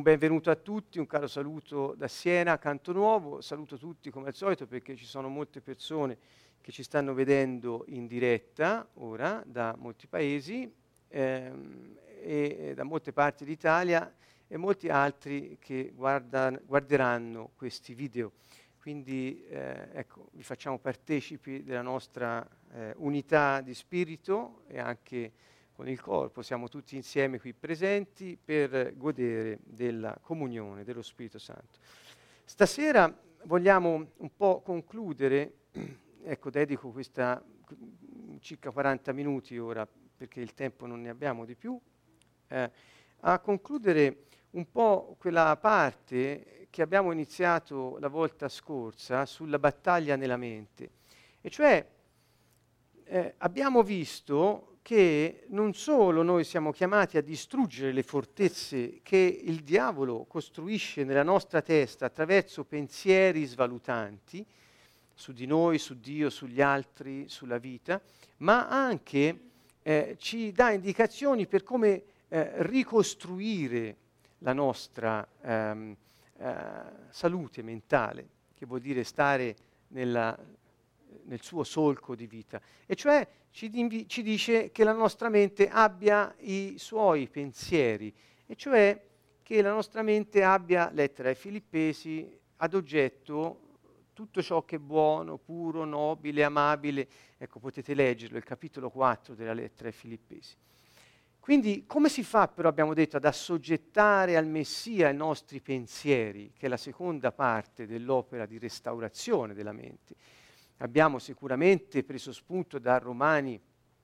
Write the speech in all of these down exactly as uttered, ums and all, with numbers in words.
benvenuto a tutti, un caro saluto da Siena, Canto Nuovo. Saluto tutti come al solito perché ci sono molte persone che ci stanno vedendo in diretta ora da molti paesi ehm, e, e da molte parti d'Italia e molti altri che guarda, guarderanno questi video. Quindi eh, ecco, vi facciamo partecipi della nostra eh, unità di spirito e anche con il corpo, siamo tutti insieme qui presenti per godere della comunione dello Spirito Santo. Stasera vogliamo un po' concludere, ecco, dedico questa circa quaranta minuti ora, perché il tempo non ne abbiamo di più, eh, a concludere un po' quella parte che abbiamo iniziato la volta scorsa sulla battaglia nella mente. E cioè eh, abbiamo visto che non solo noi siamo chiamati a distruggere le fortezze che il diavolo costruisce nella nostra testa attraverso pensieri svalutanti su di noi, su Dio, sugli altri, sulla vita, ma anche eh, ci dà indicazioni per come eh, ricostruire la nostra ehm, eh, salute mentale, che vuol dire stare nella, nel suo solco di vita. E cioè ci, invi- ci dice che la nostra mente abbia i suoi pensieri, e cioè che la nostra mente abbia, lettera ai Filippesi, ad oggetto tutto ciò che è buono, puro, nobile, amabile. Ecco, potete leggerlo, il capitolo quattro della lettera ai Filippesi. Quindi come si fa però, abbiamo detto, ad assoggettare al Messia i nostri pensieri, che è la seconda parte dell'opera di restaurazione della mente? Abbiamo sicuramente preso spunto da Romani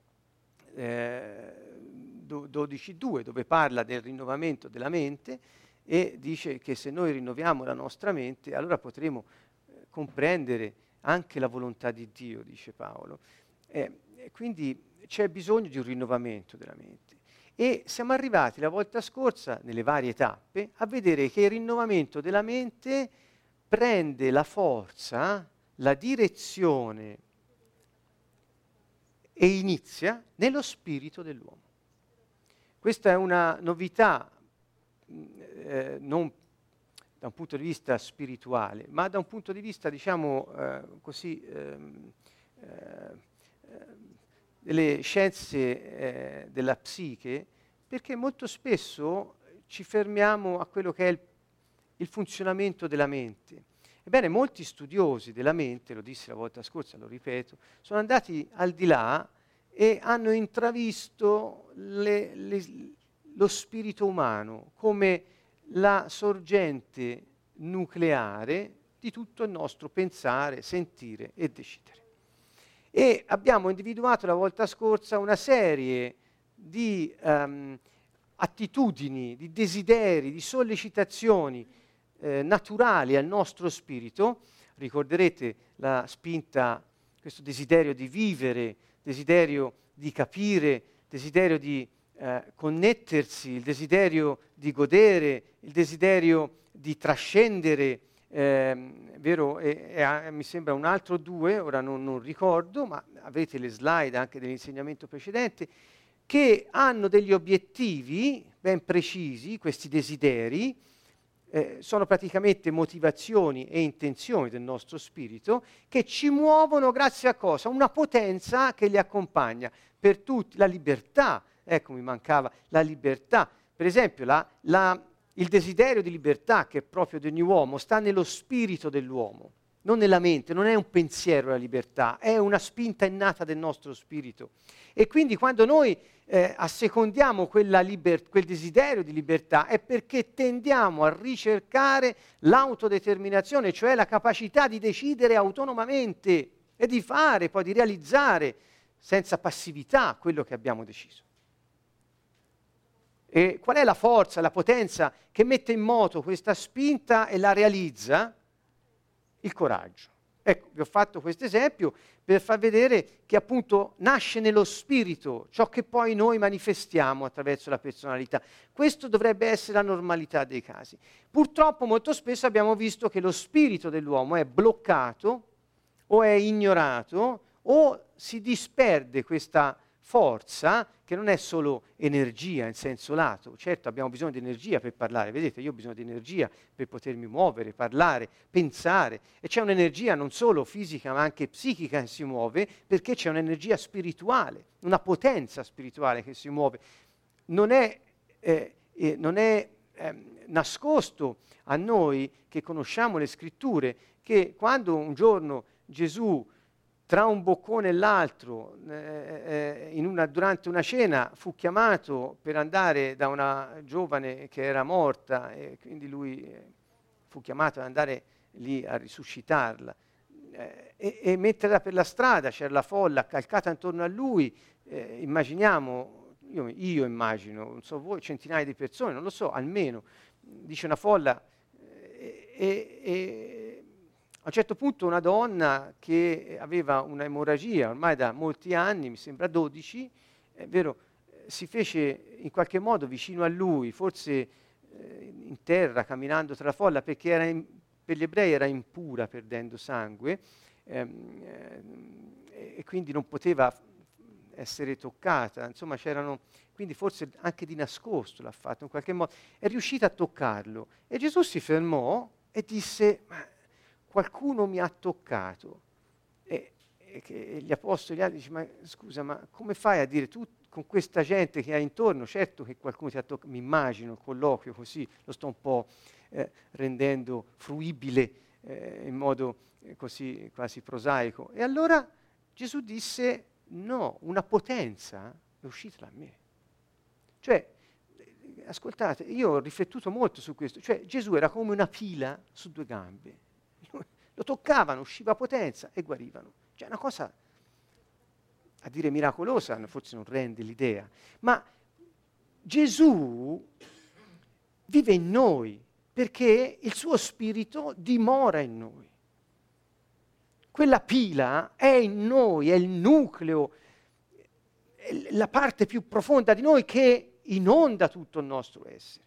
eh, dodici due, dove parla del rinnovamento della mente e dice che se noi rinnoviamo la nostra mente, allora potremo eh, comprendere anche la volontà di Dio, dice Paolo. Eh, e quindi c'è bisogno di un rinnovamento della mente. E siamo arrivati la volta scorsa, nelle varie tappe, a vedere che il rinnovamento della mente prende la forza, la direzione e inizia nello spirito dell'uomo. Questa è una novità, eh, non da un punto di vista spirituale, ma da un punto di vista, diciamo, eh, così, ehm, eh, delle scienze eh, della psiche, perché molto spesso ci fermiamo a quello che è il, il funzionamento della mente. Ebbene, molti studiosi della mente, lo dissi la volta scorsa, lo ripeto, sono andati al di là e hanno intravisto le, le, lo spirito umano come la sorgente nucleare di tutto il nostro pensare, sentire e decidere. E abbiamo individuato la volta scorsa una serie di um, attitudini, di desideri, di sollecitazioni eh, naturali al nostro spirito. Ricorderete la spinta, questo desiderio di vivere, desiderio di capire, desiderio di eh, connettersi, il desiderio di godere, il desiderio di trascendere. Eh, vero, e, e, mi sembra un altro due, ora non, non ricordo, ma avete le slide anche dell'insegnamento precedente, che hanno degli obiettivi ben precisi, questi desideri, eh, sono praticamente motivazioni e intenzioni del nostro spirito, che ci muovono grazie a cosa? Una potenza che li accompagna per tutti, la libertà, ecco mi mancava, la libertà, per esempio la... la il desiderio di libertà, che è proprio di ogni uomo, sta nello spirito dell'uomo, non nella mente, non è un pensiero la libertà, è una spinta innata del nostro spirito. E quindi quando noi eh, assecondiamo quella liber- quel desiderio di libertà è perché tendiamo a ricercare l'autodeterminazione, cioè la capacità di decidere autonomamente e di fare, poi di realizzare senza passività quello che abbiamo deciso. E qual è la forza, la potenza che mette in moto questa spinta e la realizza? Il coraggio. Ecco, vi ho fatto questo esempio per far vedere che appunto nasce nello spirito ciò che poi noi manifestiamo attraverso la personalità. Questo dovrebbe essere la normalità dei casi. Purtroppo molto spesso abbiamo visto che lo spirito dell'uomo è bloccato o è ignorato o si disperde questa forza che non è solo energia in senso lato. Certo, abbiamo bisogno di energia per parlare, vedete, io ho bisogno di energia per potermi muovere, parlare, pensare, e c'è un'energia non solo fisica ma anche psichica che si muove, perché c'è un'energia spirituale, una potenza spirituale che si muove. Non è, eh, eh, non è eh, nascosto a noi che conosciamo le scritture che quando un giorno Gesù tra un boccone e l'altro, eh, in una, durante una cena, fu chiamato per andare da una giovane che era morta, e quindi lui eh, fu chiamato ad andare lì a risuscitarla. Eh, e, e mentre per la strada c'era la folla calcata intorno a lui, eh, immaginiamo, io, io immagino, non so voi, centinaia di persone, non lo so, almeno, dice una folla, eh, e... e a un certo punto una donna che aveva una emorragia ormai da molti anni, mi sembra dodici, è vero, si fece in qualche modo vicino a lui, forse eh, in terra, camminando tra la folla, perché era in, per gli ebrei era impura perdendo sangue, ehm, eh, e quindi non poteva essere toccata, insomma c'erano, quindi forse anche di nascosto l'ha fatto in qualche modo, è riuscita a toccarlo e Gesù si fermò e disse: ma qualcuno mi ha toccato. E, e, e gli apostoli gli altri dicono: ma scusa, ma come fai a dire tu con questa gente che hai intorno? Certo che qualcuno ti ha toccato, mi immagino il colloquio così, lo sto un po' eh, rendendo fruibile eh, in modo eh, così quasi prosaico. E allora Gesù disse: no, una potenza è uscita da me. Cioè, ascoltate, io ho riflettuto molto su questo, cioè Gesù era come una pila su due gambe. Lo toccavano, usciva potenza e guarivano. Cioè una cosa, a dire miracolosa, forse non rende l'idea, ma Gesù vive in noi perché il suo spirito dimora in noi. Quella pila è in noi, è il nucleo, è la parte più profonda di noi che inonda tutto il nostro essere.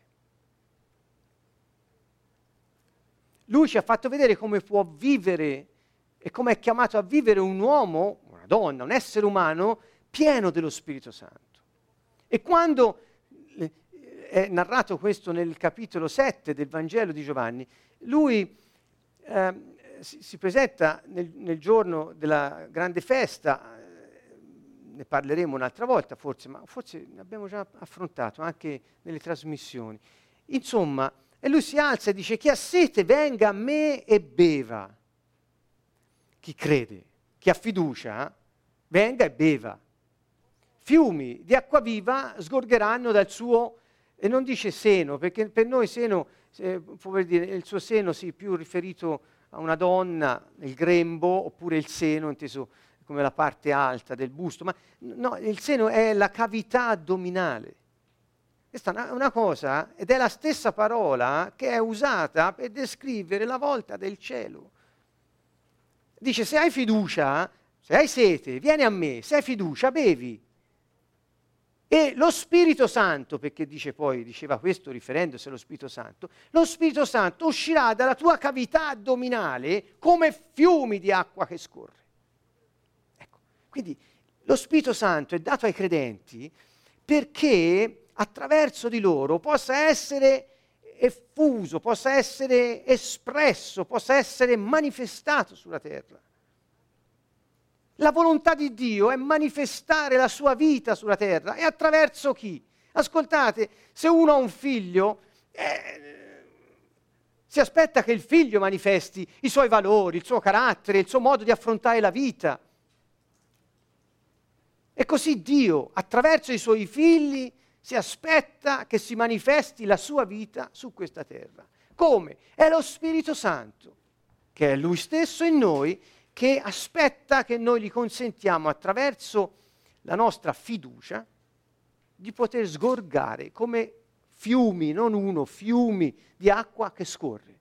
Lui ci ha fatto vedere come può vivere e come è chiamato a vivere un uomo, una donna, un essere umano pieno dello Spirito Santo. E quando eh, è narrato questo nel capitolo sette del Vangelo di Giovanni, lui eh, si, si presenta nel, nel giorno della grande festa, eh, ne parleremo un'altra volta forse, ma forse l'abbiamo già affrontato anche nelle trasmissioni. Insomma, e lui si alza e dice: chi ha sete venga a me e beva. Chi crede, chi ha fiducia, venga e beva. Fiumi di acqua viva sgorgeranno dal suo, e non dice seno, perché per noi seno, eh, può dire, il suo seno sì, più riferito a una donna, il grembo, oppure il seno, inteso come la parte alta del busto, ma no, il seno è la cavità addominale. Questa è una cosa, ed è la stessa parola che è usata per descrivere la volta del cielo. Dice: se hai fiducia, se hai sete, vieni a me, se hai fiducia, bevi. E lo Spirito Santo, perché dice poi, diceva questo riferendosi allo Spirito Santo, lo Spirito Santo uscirà dalla tua cavità addominale come fiumi di acqua che scorre. Ecco, quindi lo Spirito Santo è dato ai credenti perché attraverso di loro possa essere effuso, possa essere espresso, possa essere manifestato sulla terra. La volontà di Dio è manifestare la sua vita sulla terra. E attraverso chi? Ascoltate, se uno ha un figlio, eh, si aspetta che il figlio manifesti i suoi valori, il suo carattere, il suo modo di affrontare la vita. E così Dio, attraverso i suoi figli, si aspetta che si manifesti la sua vita su questa terra. Come? È lo Spirito Santo, che è Lui stesso in noi, che aspetta che noi gli consentiamo, attraverso la nostra fiducia, di poter sgorgare come fiumi, non uno, fiumi di acqua che scorre.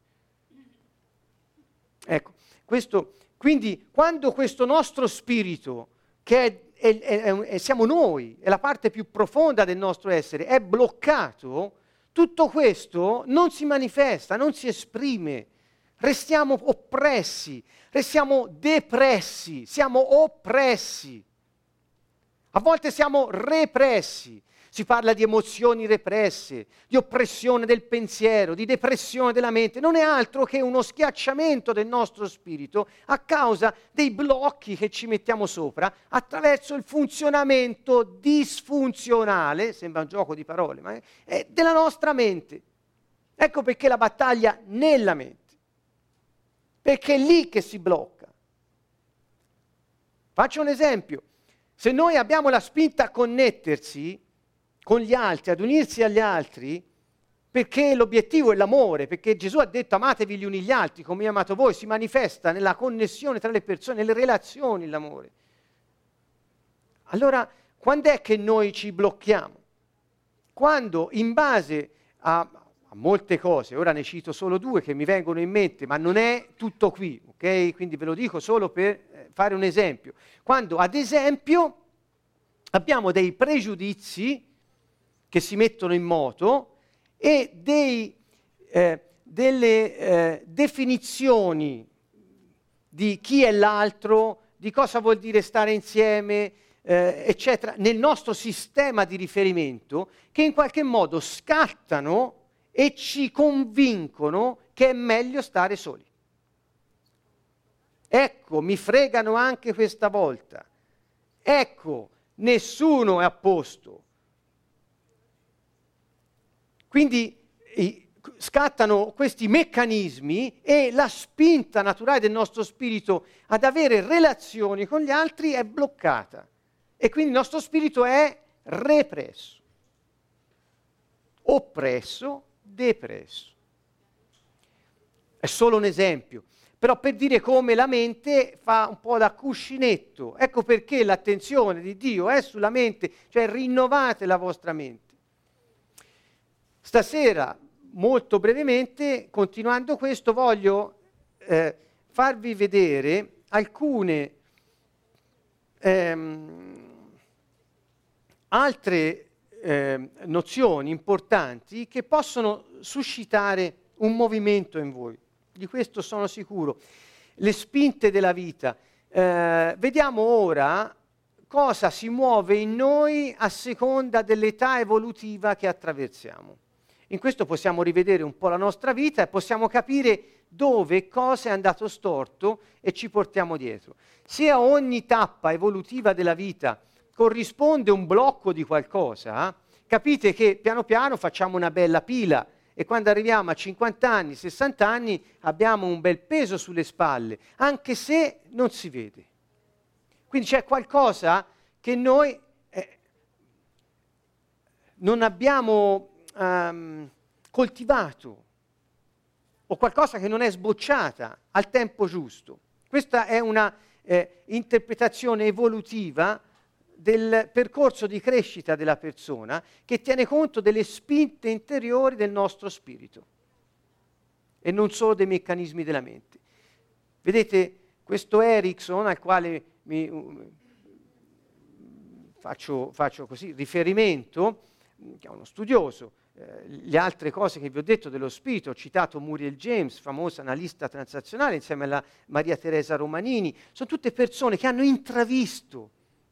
Ecco, questo, quindi quando questo nostro spirito, che è E, e, e siamo noi, è la parte più profonda del nostro essere, è bloccato, tutto questo non si manifesta, non si esprime, restiamo oppressi, restiamo depressi, siamo oppressi. A volte siamo repressi. Si parla di emozioni represse, di oppressione del pensiero, di depressione della mente. Non è altro che uno schiacciamento del nostro spirito a causa dei blocchi che ci mettiamo sopra attraverso il funzionamento disfunzionale, sembra un gioco di parole, ma è della nostra mente. Ecco perché la battaglia nella mente, perché è lì che si blocca. Faccio un esempio. Se noi abbiamo la spinta a connettersi con gli altri, ad unirsi agli altri, perché l'obiettivo è l'amore, perché Gesù ha detto amatevi gli uni gli altri come io ho amato voi, si manifesta nella connessione tra le persone, nelle relazioni l'amore. Allora, quando è che noi ci blocchiamo? Quando in base a, a molte cose, ora ne cito solo due che mi vengono in mente, ma non è tutto qui, ok? Quindi ve lo dico solo per eh, fare un esempio. Quando, ad esempio, abbiamo dei pregiudizi che si mettono in moto e dei, eh, delle eh, definizioni di chi è l'altro, di cosa vuol dire stare insieme, eh, eccetera, nel nostro sistema di riferimento, che in qualche modo scattano e ci convincono che è meglio stare soli. Ecco, mi fregano anche questa volta. Ecco, nessuno è a posto. Quindi eh, scattano questi meccanismi e la spinta naturale del nostro spirito ad avere relazioni con gli altri è bloccata. E quindi il nostro spirito è represso, oppresso, depresso. È solo un esempio, però per dire come la mente fa un po' da cuscinetto. Ecco perché l'attenzione di Dio è sulla mente, cioè rinnovate la vostra mente. Stasera, molto brevemente, continuando questo, voglio eh, farvi vedere alcune ehm, altre eh, nozioni importanti che possono suscitare un movimento in voi. Di questo sono sicuro. Le spinte della vita. Eh, vediamo ora cosa si muove in noi a seconda dell'età evolutiva che attraversiamo. In questo possiamo rivedere un po' la nostra vita e possiamo capire dove e cosa è andato storto e ci portiamo dietro. Se a ogni tappa evolutiva della vita corrisponde un blocco di qualcosa, capite che piano piano facciamo una bella pila e quando arriviamo a cinquanta anni, sessanta anni abbiamo un bel peso sulle spalle, anche se non si vede. Quindi c'è qualcosa che noi eh, non abbiamo Um, coltivato o qualcosa che non è sbocciata al tempo giusto. Questa è una eh, interpretazione evolutiva del percorso di crescita della persona che tiene conto delle spinte interiori del nostro spirito e non solo dei meccanismi della mente. Vedete, questo Erickson al quale mi um, faccio, faccio così riferimento, che è uno studioso. Eh, le altre cose che vi ho detto dello spirito, ho citato Muriel James, famosa analista transazionale, insieme alla Maria Teresa Romanini, sono tutte persone che hanno intravisto.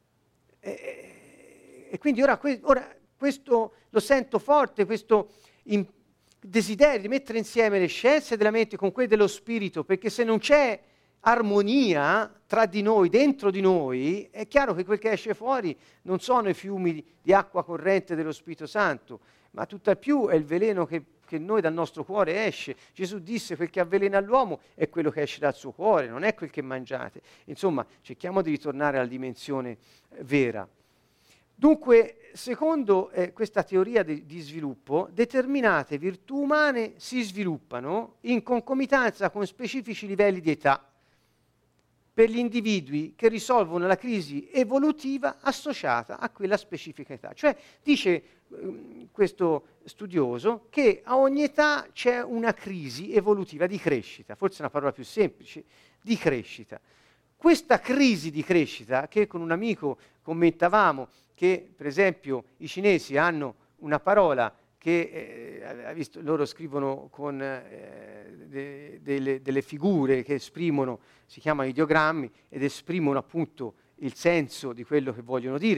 E, e quindi ora, que- ora questo lo sento forte, questo in- desiderio di mettere insieme le scienze della mente con quelle dello spirito, perché se non c'è armonia tra di noi, dentro di noi, è chiaro che quel che esce fuori non sono i fiumi di acqua corrente dello Spirito Santo, ma tutt'al più è il veleno che, che noi dal nostro cuore esce. Gesù disse quel che avvelena l'uomo è quello che esce dal suo cuore, non è quel che mangiate. Insomma, cerchiamo di ritornare alla dimensione eh, vera. Dunque, secondo eh, questa teoria di, di sviluppo, determinate virtù umane si sviluppano in concomitanza con specifici livelli di età per gli individui che risolvono la crisi evolutiva associata a quella specifica età. Cioè, dice um, questo studioso che a ogni età c'è una crisi evolutiva di crescita, forse è una parola più semplice, di crescita. Questa crisi di crescita, che con un amico commentavamo, che per esempio i cinesi hanno una parola che eh, ha visto, loro scrivono con eh, de, delle, delle figure che esprimono, si chiamano ideogrammi, ed esprimono appunto il senso di quello che vogliono dire.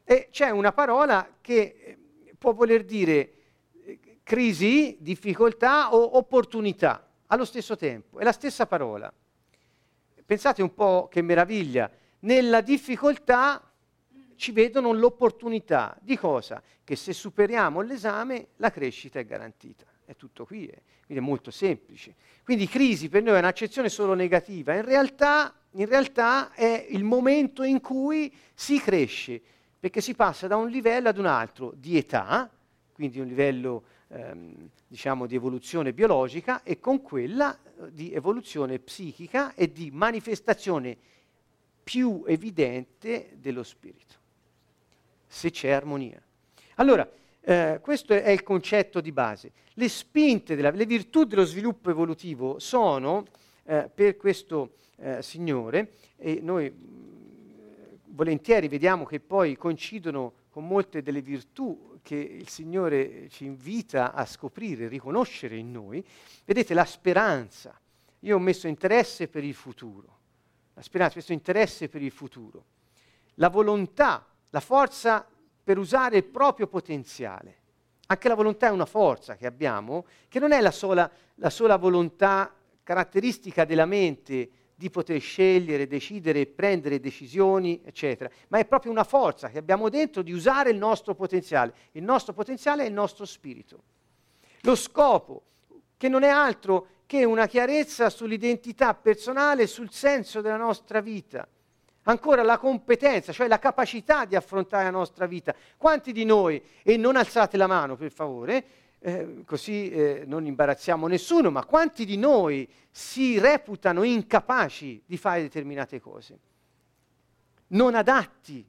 E c'è una parola che può voler dire crisi, difficoltà o opportunità allo stesso tempo, è la stessa parola. Pensate un po' che meraviglia, nella difficoltà ci vedono l'opportunità di cosa? Che se superiamo l'esame la crescita è garantita. È tutto qui, eh. Quindi è molto semplice. Quindi crisi per noi è un'accezione solo negativa, in realtà, in realtà è il momento in cui si cresce, perché si passa da un livello ad un altro di età, quindi un livello ehm, diciamo di evoluzione biologica, e con quella eh, di evoluzione psichica e di manifestazione più evidente dello spirito, se c'è armonia. Allora, eh, questo è il concetto di base. Le spinte, della, le virtù dello sviluppo evolutivo sono, eh, per questo eh, signore, e noi mh, volentieri vediamo che poi coincidono con molte delle virtù che il Signore ci invita a scoprire, riconoscere in noi, vedete la speranza. Io ho messo interesse per il futuro, la speranza, questo interesse per il futuro, la volontà, la forza per usare il proprio potenziale. Anche la volontà è una forza che abbiamo, che non è la sola, la sola volontà caratteristica della mente di poter scegliere, decidere, prendere decisioni, eccetera, ma è proprio una forza che abbiamo dentro di usare il nostro potenziale. Il nostro potenziale è il nostro spirito. Lo scopo, che non è altro che una chiarezza sull'identità personale e sul senso della nostra vita. Ancora la competenza, cioè la capacità di affrontare la nostra vita. Quanti di noi, e non alzate la mano per favore, eh, così eh, non imbarazziamo nessuno, ma quanti di noi si reputano incapaci di fare determinate cose? Non adatti,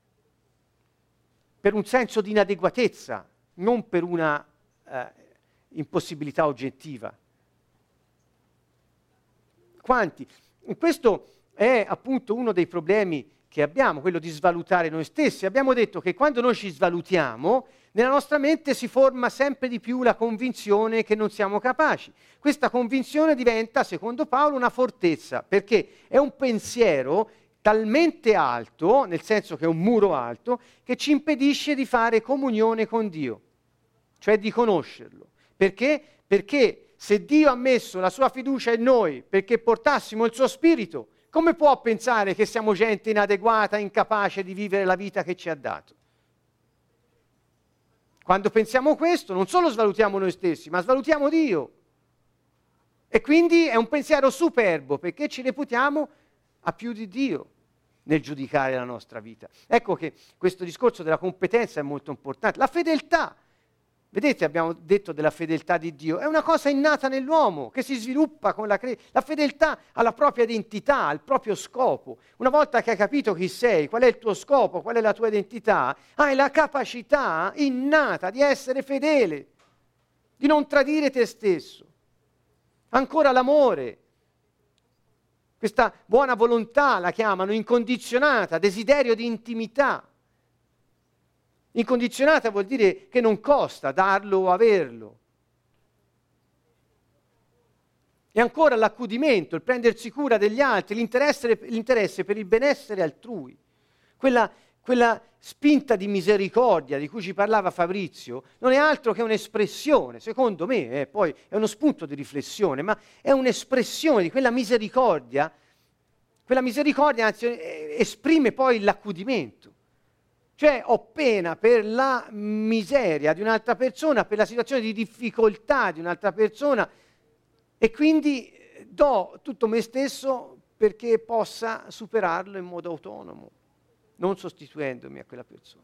per un senso di inadeguatezza, non per una eh, impossibilità oggettiva. Quanti? In questo è appunto uno dei problemi che abbiamo, quello di svalutare noi stessi. Abbiamo detto che quando noi ci svalutiamo, nella nostra mente si forma sempre di più la convinzione che non siamo capaci. Questa convinzione diventa, secondo Paolo, una fortezza, perché è un pensiero talmente alto, nel senso che è un muro alto, che ci impedisce di fare comunione con Dio, cioè di conoscerlo. Perché? Perché se Dio ha messo la sua fiducia in noi perché portassimo il suo spirito, come può pensare che siamo gente inadeguata, incapace di vivere la vita che ci ha dato? Quando pensiamo questo, non solo svalutiamo noi stessi, ma svalutiamo Dio. E quindi è un pensiero superbo, perché ci reputiamo a più di Dio nel giudicare la nostra vita. Ecco che questo discorso della competenza è molto importante. La fedeltà. Vedete, abbiamo detto della fedeltà di Dio, è una cosa innata nell'uomo, che si sviluppa con la crescita. La fedeltà alla propria identità, al proprio scopo. Una volta che hai capito chi sei, qual è il tuo scopo, qual è la tua identità, hai la capacità innata di essere fedele, di non tradire te stesso. Ancora l'amore, questa buona volontà la chiamano incondizionata, desiderio di intimità. Incondizionata vuol dire che non costa darlo o averlo. E ancora l'accudimento, il prendersi cura degli altri, l'interesse, l'interesse per il benessere altrui. Quella, quella spinta di misericordia di cui ci parlava Fabrizio non è altro che un'espressione, secondo me, eh, poi è uno spunto di riflessione, ma è un'espressione di quella misericordia. Quella misericordia anzi, esprime poi l'accudimento. Cioè ho pena per la miseria di un'altra persona, per la situazione di difficoltà di un'altra persona e quindi do tutto me stesso perché possa superarlo in modo autonomo, non sostituendomi a quella persona.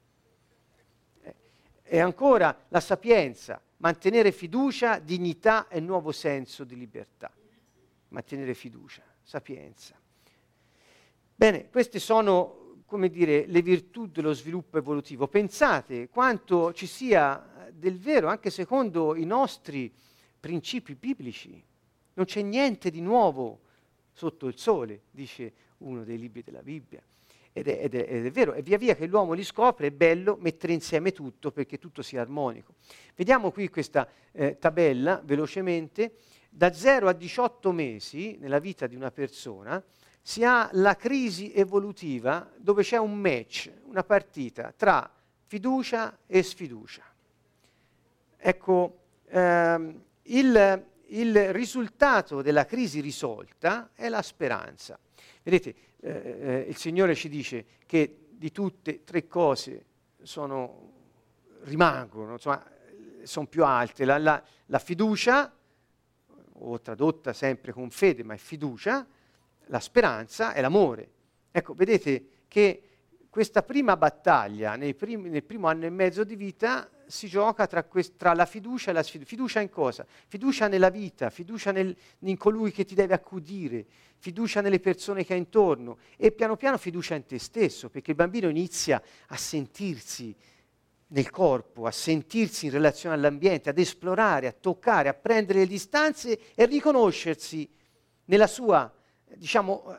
E ancora la sapienza, mantenere fiducia, dignità e nuovo senso di libertà. Mantenere fiducia, sapienza. Bene, queste sono, come dire, le virtù dello sviluppo evolutivo. Pensate quanto ci sia del vero, anche secondo i nostri principi biblici. Non c'è niente di nuovo sotto il sole, dice uno dei libri della Bibbia. Ed è, ed è, ed è vero, e via via che l'uomo li scopre è bello mettere insieme tutto perché tutto sia armonico. Vediamo qui questa eh, tabella, velocemente. Da zero a diciotto mesi nella vita di una persona si ha la crisi evolutiva dove c'è un match, una partita tra fiducia e sfiducia. Ecco, ehm, il, il risultato della crisi risolta è la speranza. Vedete, eh, eh, il Signore ci dice che di tutte tre cose sono, rimangono, insomma, sono più alte. La, la, la fiducia, o tradotta sempre con fede, ma è fiducia, la speranza e l'amore. Ecco, vedete che questa prima battaglia nei primi, nel primo anno e mezzo di vita si gioca tra, quest, tra la fiducia e la sfiducia. Fiducia in cosa? Fiducia nella vita, fiducia nel, in colui che ti deve accudire, fiducia nelle persone che hai intorno e piano piano fiducia in te stesso, perché il bambino inizia a sentirsi nel corpo, a sentirsi in relazione all'ambiente, ad esplorare, a toccare, a prendere le distanze e riconoscersi nella sua, diciamo,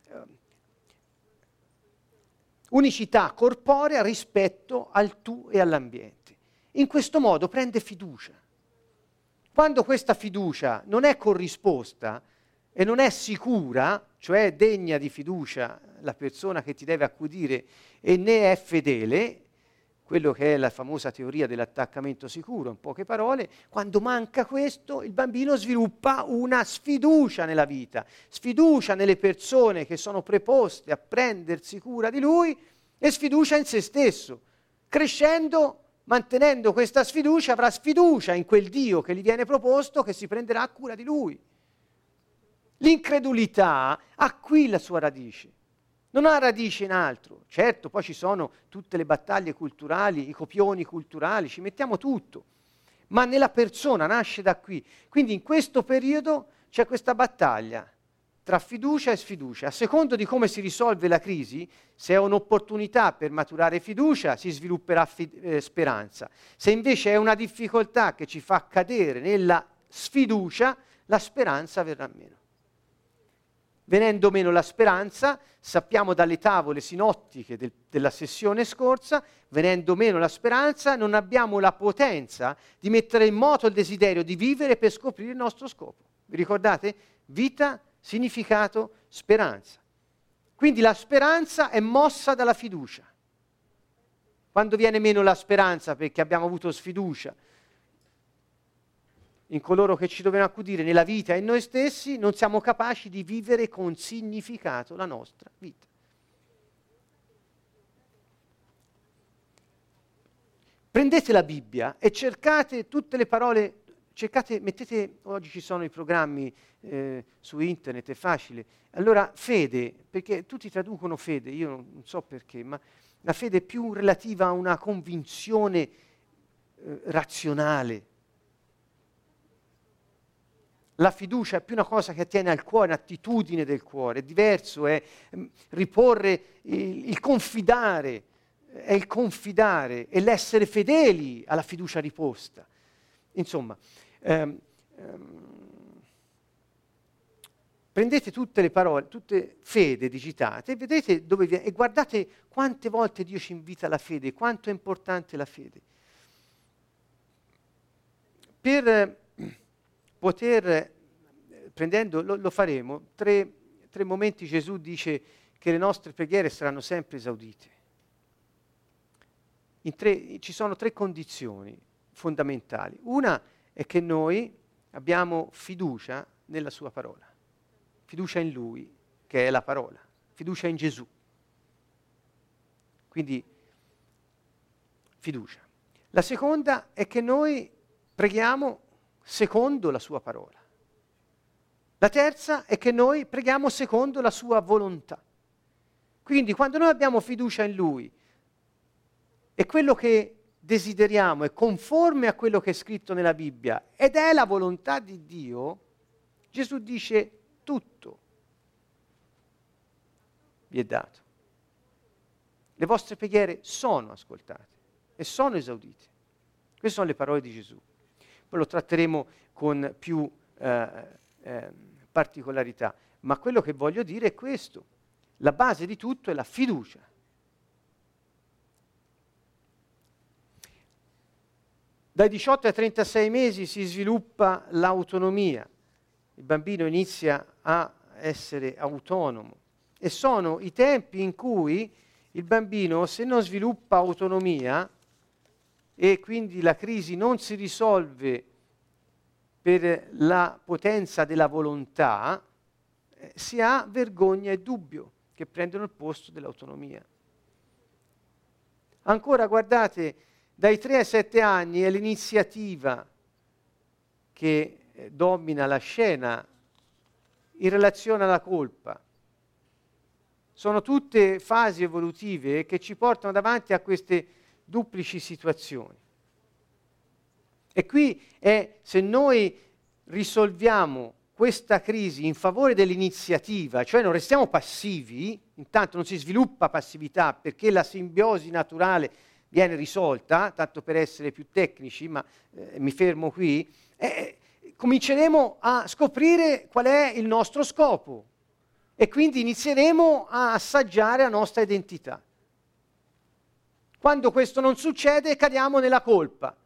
unicità corporea rispetto al tu e all'ambiente. In questo modo prende fiducia. Quando questa fiducia non è corrisposta e non è sicura, cioè degna di fiducia la persona che ti deve accudire e ne è fedele, quello che è la famosa teoria dell'attaccamento sicuro, in poche parole, quando manca questo, il bambino sviluppa una sfiducia nella vita, sfiducia nelle persone che sono preposte a prendersi cura di lui e sfiducia in se stesso. Crescendo, mantenendo questa sfiducia, avrà sfiducia in quel Dio che gli viene proposto, che si prenderà cura di lui. L'incredulità ha qui la sua radice. Non ha radice in altro. Certo, poi ci sono tutte le battaglie culturali, i copioni culturali, ci mettiamo tutto. Ma nella persona nasce da qui. Quindi in questo periodo c'è questa battaglia tra fiducia e sfiducia. A secondo di come si risolve la crisi, se è un'opportunità per maturare fiducia, si svilupperà fi- eh, speranza. Se invece è una difficoltà che ci fa cadere nella sfiducia, la speranza verrà meno. Venendo meno la speranza, sappiamo dalle tavole sinottiche del, della sessione scorsa, venendo meno la speranza, non abbiamo la potenza di mettere in moto il desiderio di vivere per scoprire il nostro scopo. Vi ricordate? Vita, significato, speranza. Quindi la speranza è mossa dalla fiducia. Quando viene meno la speranza perché abbiamo avuto sfiducia in coloro che ci dovevano accudire nella vita e in noi stessi, non siamo capaci di vivere con significato la nostra vita. Prendete la Bibbia e cercate tutte le parole, cercate, mettete, oggi ci sono i programmi eh, su internet, è facile. Allora, fede, perché tutti traducono fede, io non, non so perché, ma la fede è più relativa a una convinzione eh, razionale. La fiducia è più una cosa che attiene al cuore, un'attitudine del cuore, è diverso, è mh, riporre il, il confidare, è il confidare, è l'essere fedeli alla fiducia riposta. Insomma, ehm, ehm, prendete tutte le parole, tutte fede digitate, e vedete dove viene, e guardate quante volte Dio ci invita alla fede, quanto è importante la fede. Per eh, poter, prendendo, lo, lo faremo, tre, tre momenti Gesù dice che le nostre preghiere saranno sempre esaudite. In tre, ci sono tre condizioni fondamentali. Una è che noi abbiamo fiducia nella sua parola, fiducia in Lui, che è la parola, fiducia in Gesù. Quindi fiducia. La seconda è che noi preghiamo secondo la sua parola. La terza è che noi preghiamo secondo la sua volontà. Quindi quando noi abbiamo fiducia in Lui e quello che desideriamo è conforme a quello che è scritto nella Bibbia ed è la volontà di Dio, Gesù dice tutto vi è dato. Le vostre preghiere sono ascoltate e sono esaudite. Queste sono le parole di Gesù. Poi lo tratteremo con più eh, eh, particolarità, ma quello che voglio dire è questo. La base di tutto è la fiducia. Dai diciotto ai trentasei mesi si sviluppa l'autonomia. Il bambino inizia a essere autonomo. e sono i tempi in cui il bambino, se non sviluppa autonomia e quindi la crisi non si risolve per la potenza della volontà, eh, si ha vergogna e dubbio che prendono il posto dell'autonomia. Ancora, guardate, dai tre ai sette anni è l'iniziativa che eh, domina la scena in relazione alla colpa. Sono tutte fasi evolutive che ci portano davanti a queste duplici situazioni. E qui è, se noi risolviamo questa crisi in favore dell'iniziativa, cioè non restiamo passivi, intanto non si sviluppa passività perché la simbiosi naturale viene risolta, tanto per essere più tecnici, ma eh, mi fermo qui, eh, cominceremo a scoprire qual è il nostro scopo e quindi inizieremo a assaggiare la nostra identità. Quando questo non succede, cadiamo nella colpa.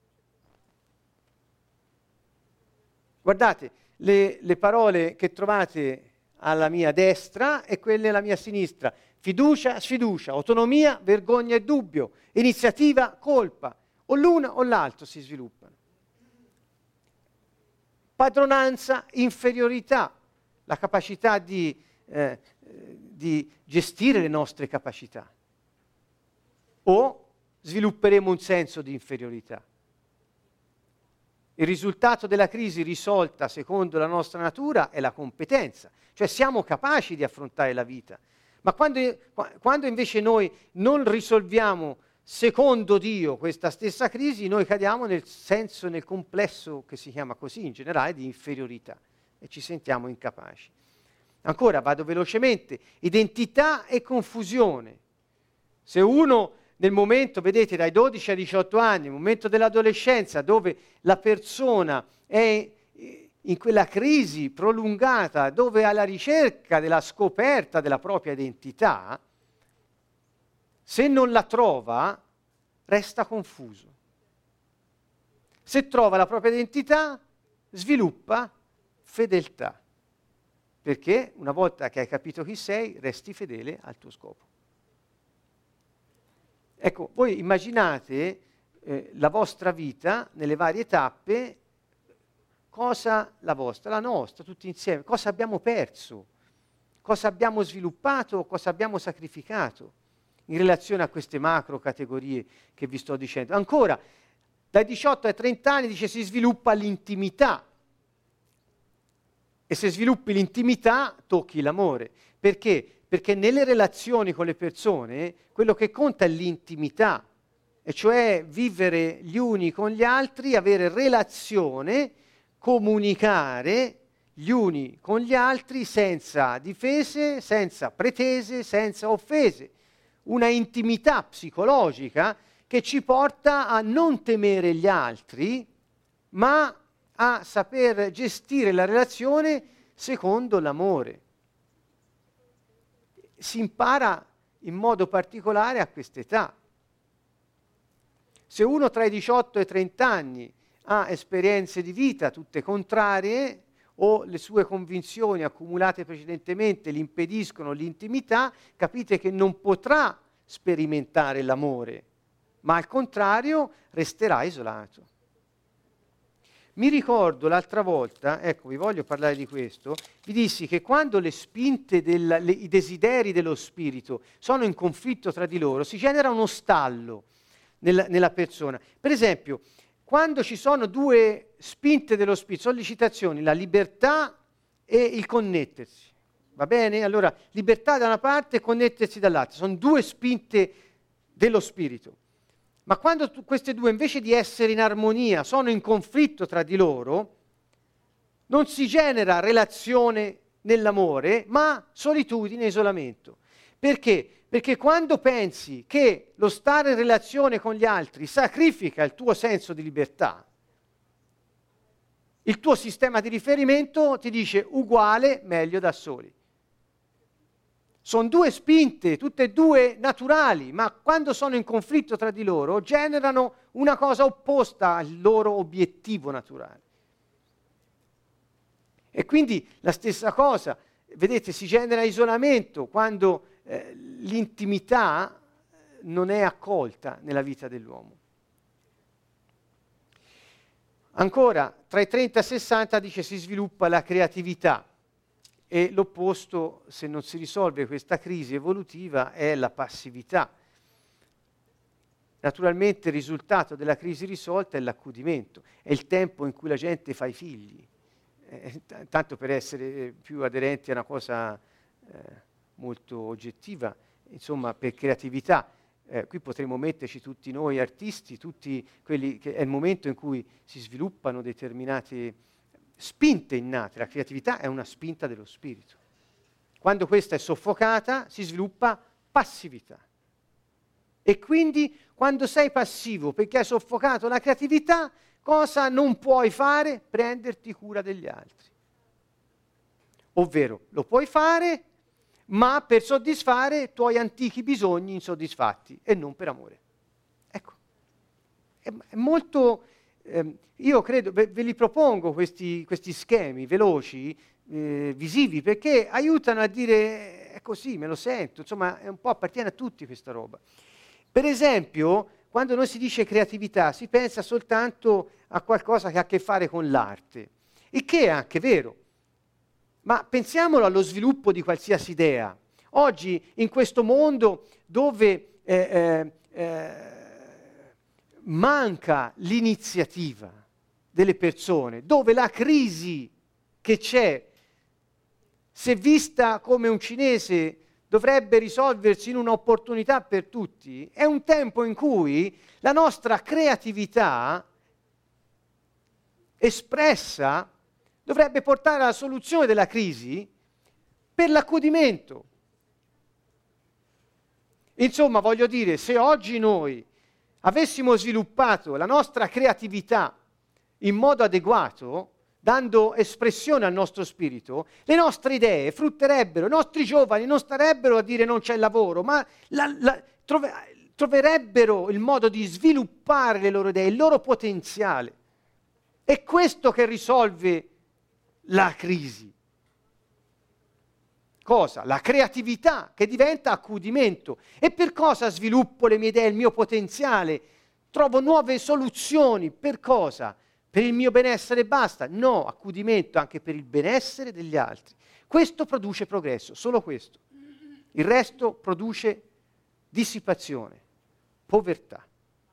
Guardate, le, le parole che trovate alla mia destra e quelle alla mia sinistra. Fiducia, sfiducia, autonomia, vergogna e dubbio, iniziativa, colpa. O l'una o l'altro si sviluppano. Padronanza, inferiorità, la capacità di, eh, di gestire le nostre capacità. O svilupperemo un senso di inferiorità. Il risultato della crisi risolta secondo la nostra natura è la competenza, cioè siamo capaci di affrontare la vita. Ma quando, quando invece noi non risolviamo secondo Dio questa stessa crisi, noi cadiamo nel senso, nel complesso che si chiama così in generale, di inferiorità e ci sentiamo incapaci. Ancora, vado velocemente, identità e confusione. Se uno nel momento, vedete, dai dodici ai diciotto anni, il momento dell'adolescenza, dove la persona è in quella crisi prolungata, dove è alla ricerca della scoperta della propria identità, se non la trova, resta confuso. Se trova la propria identità, sviluppa fedeltà. Perché una volta che hai capito chi sei, resti fedele al tuo scopo. Ecco, voi immaginate eh, la vostra vita nelle varie tappe, cosa la vostra, la nostra, tutti insieme, cosa abbiamo perso, cosa abbiamo sviluppato, cosa abbiamo sacrificato in relazione a queste macro categorie che vi sto dicendo. Ancora, dai diciotto ai trenta anni dice si sviluppa l'intimità. E se sviluppi l'intimità, tocchi l'amore. Perché? Perché nelle relazioni con le persone quello che conta è l'intimità, e cioè vivere gli uni con gli altri, avere relazione, comunicare gli uni con gli altri senza difese, senza pretese, senza offese. Una intimità psicologica che ci porta a non temere gli altri, ma a saper gestire la relazione secondo l'amore. Si impara in modo particolare a quest'età. Se uno tra i diciotto e i trenta anni ha esperienze di vita tutte contrarie o le sue convinzioni accumulate precedentemente gli impediscono l'intimità, capite che non potrà sperimentare l'amore, ma al contrario resterà isolato. Mi ricordo l'altra volta, ecco, vi voglio parlare di questo, vi dissi che quando le spinte, del, le, i desideri dello spirito sono in conflitto tra di loro, si genera uno stallo nella, nella persona. Per esempio, quando ci sono due spinte dello spirito, sollecitazioni, la libertà e il connettersi, va bene? Allora, libertà da una parte e connettersi dall'altra, sono due spinte dello spirito. Ma quando tu, queste due, invece di essere in armonia, sono in conflitto tra di loro, non si genera relazione nell'amore, ma solitudine e isolamento. Perché? Perché quando pensi che lo stare in relazione con gli altri sacrifica il tuo senso di libertà, il tuo sistema di riferimento ti dice uguale, meglio da soli. Sono due spinte, tutte e due naturali, ma quando sono in conflitto tra di loro generano una cosa opposta al loro obiettivo naturale. E quindi la stessa cosa, vedete, si genera isolamento quando eh, l'intimità non è accolta nella vita dell'uomo. Ancora, tra i trenta e i sessanta, dice, si sviluppa la creatività, e l'opposto, se non si risolve questa crisi evolutiva, è la passività. Naturalmente il risultato della crisi risolta è l'accudimento, è il tempo in cui la gente fa i figli. Eh, t- tanto per essere più aderenti a una cosa eh, molto oggettiva, insomma, per creatività. Eh, qui potremmo metterci tutti noi artisti, tutti quelli che è il momento in cui si sviluppano determinate spinte innate. La creatività è una spinta dello spirito. Quando questa è soffocata, si sviluppa passività. E quindi, quando sei passivo perché hai soffocato la creatività, cosa non puoi fare? Prenderti cura degli altri. Ovvero, lo puoi fare, ma per soddisfare i tuoi antichi bisogni insoddisfatti e non per amore. Ecco, è, è molto... Eh, io credo, ve, ve li propongo questi, questi schemi veloci, eh, visivi, perché aiutano a dire, è così, me lo sento, insomma, è un po' appartiene a tutti questa roba. Per esempio, quando non si dice creatività, si pensa soltanto a qualcosa che ha a che fare con l'arte, il che è anche vero. Ma pensiamolo allo sviluppo di qualsiasi idea. Oggi, in questo mondo dove eh, eh, eh, manca l'iniziativa delle persone, dove la crisi che c'è, se vista come un cinese, dovrebbe risolversi in un'opportunità per tutti, è un tempo in cui la nostra creatività espressa dovrebbe portare alla soluzione della crisi per l'accudimento. Insomma, voglio dire, se oggi noi avessimo sviluppato la nostra creatività in modo adeguato, dando espressione al nostro spirito, le nostre idee frutterebbero, i nostri giovani non starebbero a dire non c'è lavoro, ma la, la, trove, troverebbero il modo di sviluppare le loro idee, il loro potenziale. È questo che risolve la crisi. Cosa? La creatività che diventa accudimento. E per cosa sviluppo le mie idee, il mio potenziale? Trovo nuove soluzioni. Per cosa? Per il mio benessere basta? No, accudimento anche per il benessere degli altri. Questo produce progresso, solo questo. Il resto produce dissipazione, povertà.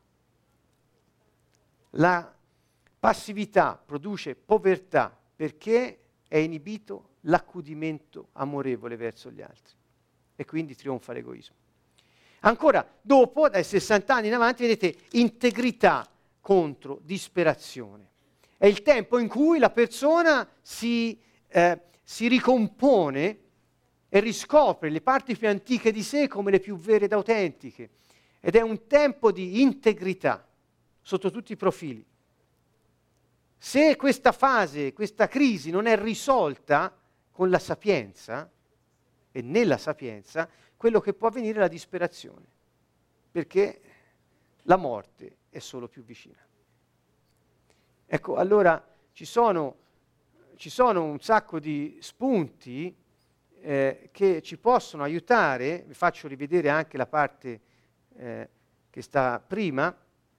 La passività produce povertà perché è inibito l'accudimento amorevole verso gli altri e quindi trionfa l'egoismo. Ancora, dopo, dai sessanta anni in avanti, vedete, integrità contro disperazione. È il tempo in cui la persona si, eh, si ricompone e riscopre le parti più antiche di sé come le più vere ed autentiche. Ed è un tempo di integrità sotto tutti i profili. Se questa fase, questa crisi non è risolta con la sapienza, e nella sapienza, quello che può avvenire è la disperazione, perché la morte è solo più vicina. Ecco, allora ci sono, ci sono un sacco di spunti eh, che ci possono aiutare, vi faccio rivedere anche la parte eh, che sta prima.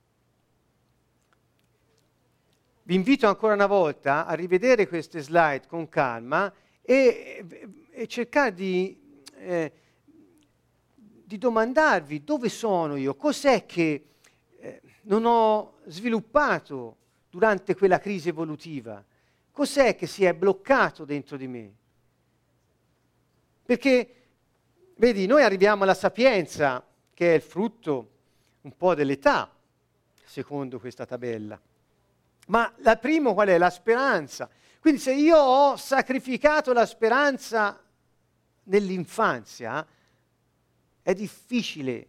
Vi invito ancora una volta a rivedere queste slide con calma e, e cercare di, eh, di domandarvi dove sono io, cos'è che eh, non ho sviluppato durante quella crisi evolutiva, cos'è che si è bloccato dentro di me. Perché, vedi, noi arriviamo alla sapienza, che è il frutto un po' dell'età, secondo questa tabella. Ma la prima qual è? La speranza. Quindi se io ho sacrificato la speranza nell'infanzia, è difficile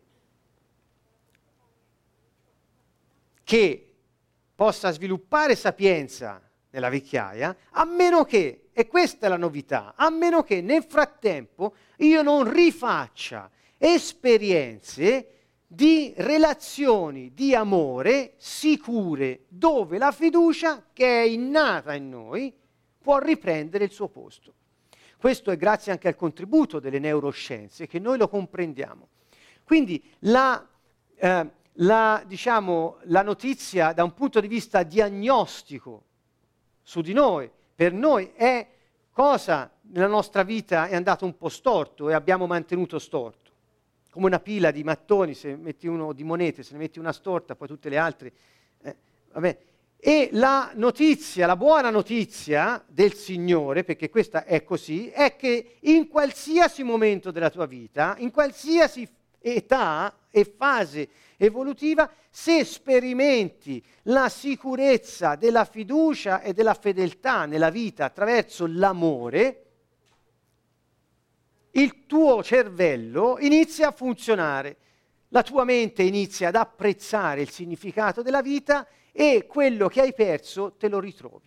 che possa sviluppare sapienza nella vecchiaia, a meno che, e questa è la novità, a meno che nel frattempo io non rifaccia esperienze di relazioni di amore sicure, dove la fiducia che è innata in noi può riprendere il suo posto. Questo è grazie anche al contributo delle neuroscienze, che noi lo comprendiamo. Quindi la, eh, la, diciamo, la notizia da un punto di vista diagnostico su di noi, per noi è cosa nella nostra vita è andato un po' storto e abbiamo mantenuto storto. Come una pila di mattoni, se metti uno di monete, se ne metti una storta, poi tutte le altre. Eh, vabbè. E la notizia, la buona notizia del Signore, perché questa è così, è che in qualsiasi momento della tua vita, in qualsiasi età e fase evolutiva, se sperimenti la sicurezza della fiducia e della fedeltà nella vita attraverso l'amore, il tuo cervello inizia a funzionare, la tua mente inizia ad apprezzare il significato della vita e quello che hai perso te lo ritrovi.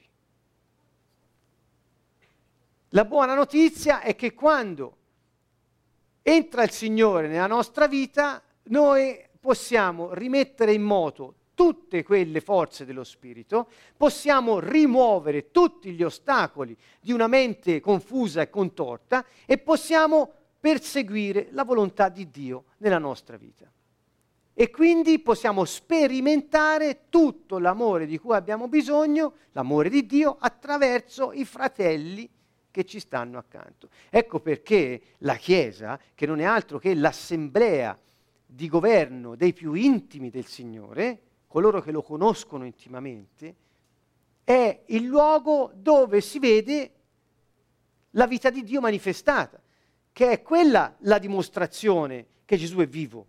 La buona notizia è che quando entra il Signore nella nostra vita, noi possiamo rimettere in moto tutte quelle forze dello Spirito, possiamo rimuovere tutti gli ostacoli di una mente confusa e contorta e possiamo perseguire la volontà di Dio nella nostra vita. E quindi possiamo sperimentare tutto l'amore di cui abbiamo bisogno, l'amore di Dio, attraverso i fratelli che ci stanno accanto. Ecco perché la Chiesa, che non è altro che l'assemblea di governo dei più intimi del Signore, coloro che lo conoscono intimamente, è il luogo dove si vede la vita di Dio manifestata, che è quella la dimostrazione che Gesù è vivo.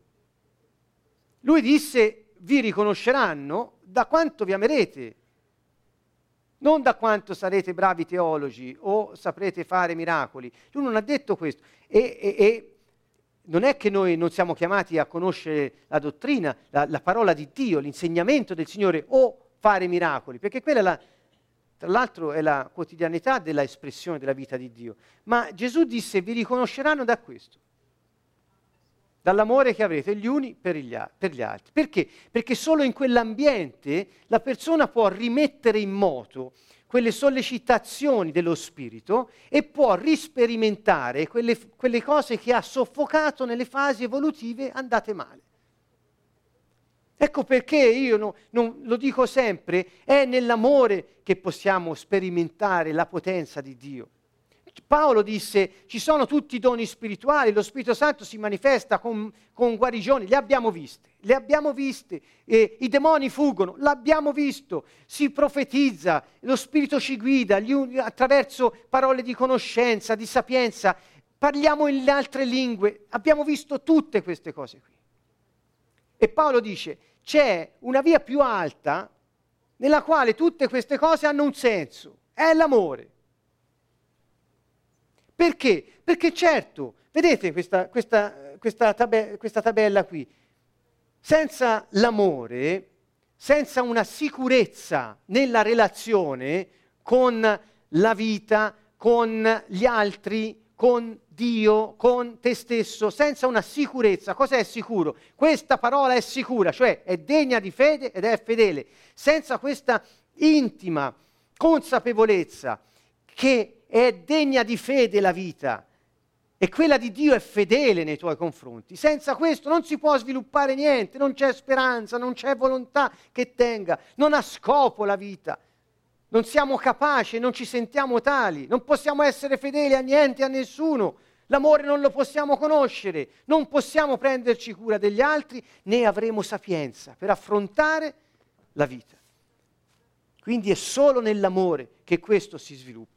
Lui disse: vi riconosceranno da quanto vi amerete, non da quanto sarete bravi teologi o saprete fare miracoli. Lui non ha detto questo. E, e, e non è che noi non siamo chiamati a conoscere la dottrina, la, la parola di Dio, l'insegnamento del Signore o fare miracoli, perché quella è la, tra l'altro è la quotidianità della espressione della vita di Dio. Ma Gesù disse: vi riconosceranno da questo, dall'amore che avrete gli uni per gli, per gli altri. Perché? Perché solo in quell'ambiente la persona può rimettere in moto quelle sollecitazioni dello spirito e può risperimentare quelle, quelle cose che ha soffocato nelle fasi evolutive andate male. Ecco perché io no, non, lo dico sempre, è nell'amore che possiamo sperimentare la potenza di Dio. Paolo disse: ci sono tutti i doni spirituali, lo Spirito Santo si manifesta con, con guarigioni, le abbiamo viste, le abbiamo viste, eh, i demoni fuggono, l'abbiamo visto, si profetizza, lo Spirito ci guida gli, attraverso parole di conoscenza, di sapienza, parliamo in altre lingue, abbiamo visto tutte queste cose qui. E Paolo dice: c'è una via più alta nella quale tutte queste cose hanno un senso, è l'amore. Perché? Perché certo, vedete questa, questa, questa, tabe- questa tabella qui, senza l'amore, senza una sicurezza nella relazione con la vita, con gli altri, con Dio, con te stesso, senza una sicurezza, cosa è sicuro? Questa parola è sicura, cioè è degna di fede ed è fedele. Senza questa intima consapevolezza che è degna di fede la vita e quella di Dio è fedele nei tuoi confronti. Senza questo non si può sviluppare niente, non c'è speranza, non c'è volontà che tenga, non ha scopo la vita. Non siamo capaci, non ci sentiamo tali, non possiamo essere fedeli a niente e a nessuno. L'amore non lo possiamo conoscere, non possiamo prenderci cura degli altri, né avremo sapienza per affrontare la vita. Quindi è solo nell'amore che questo si sviluppa.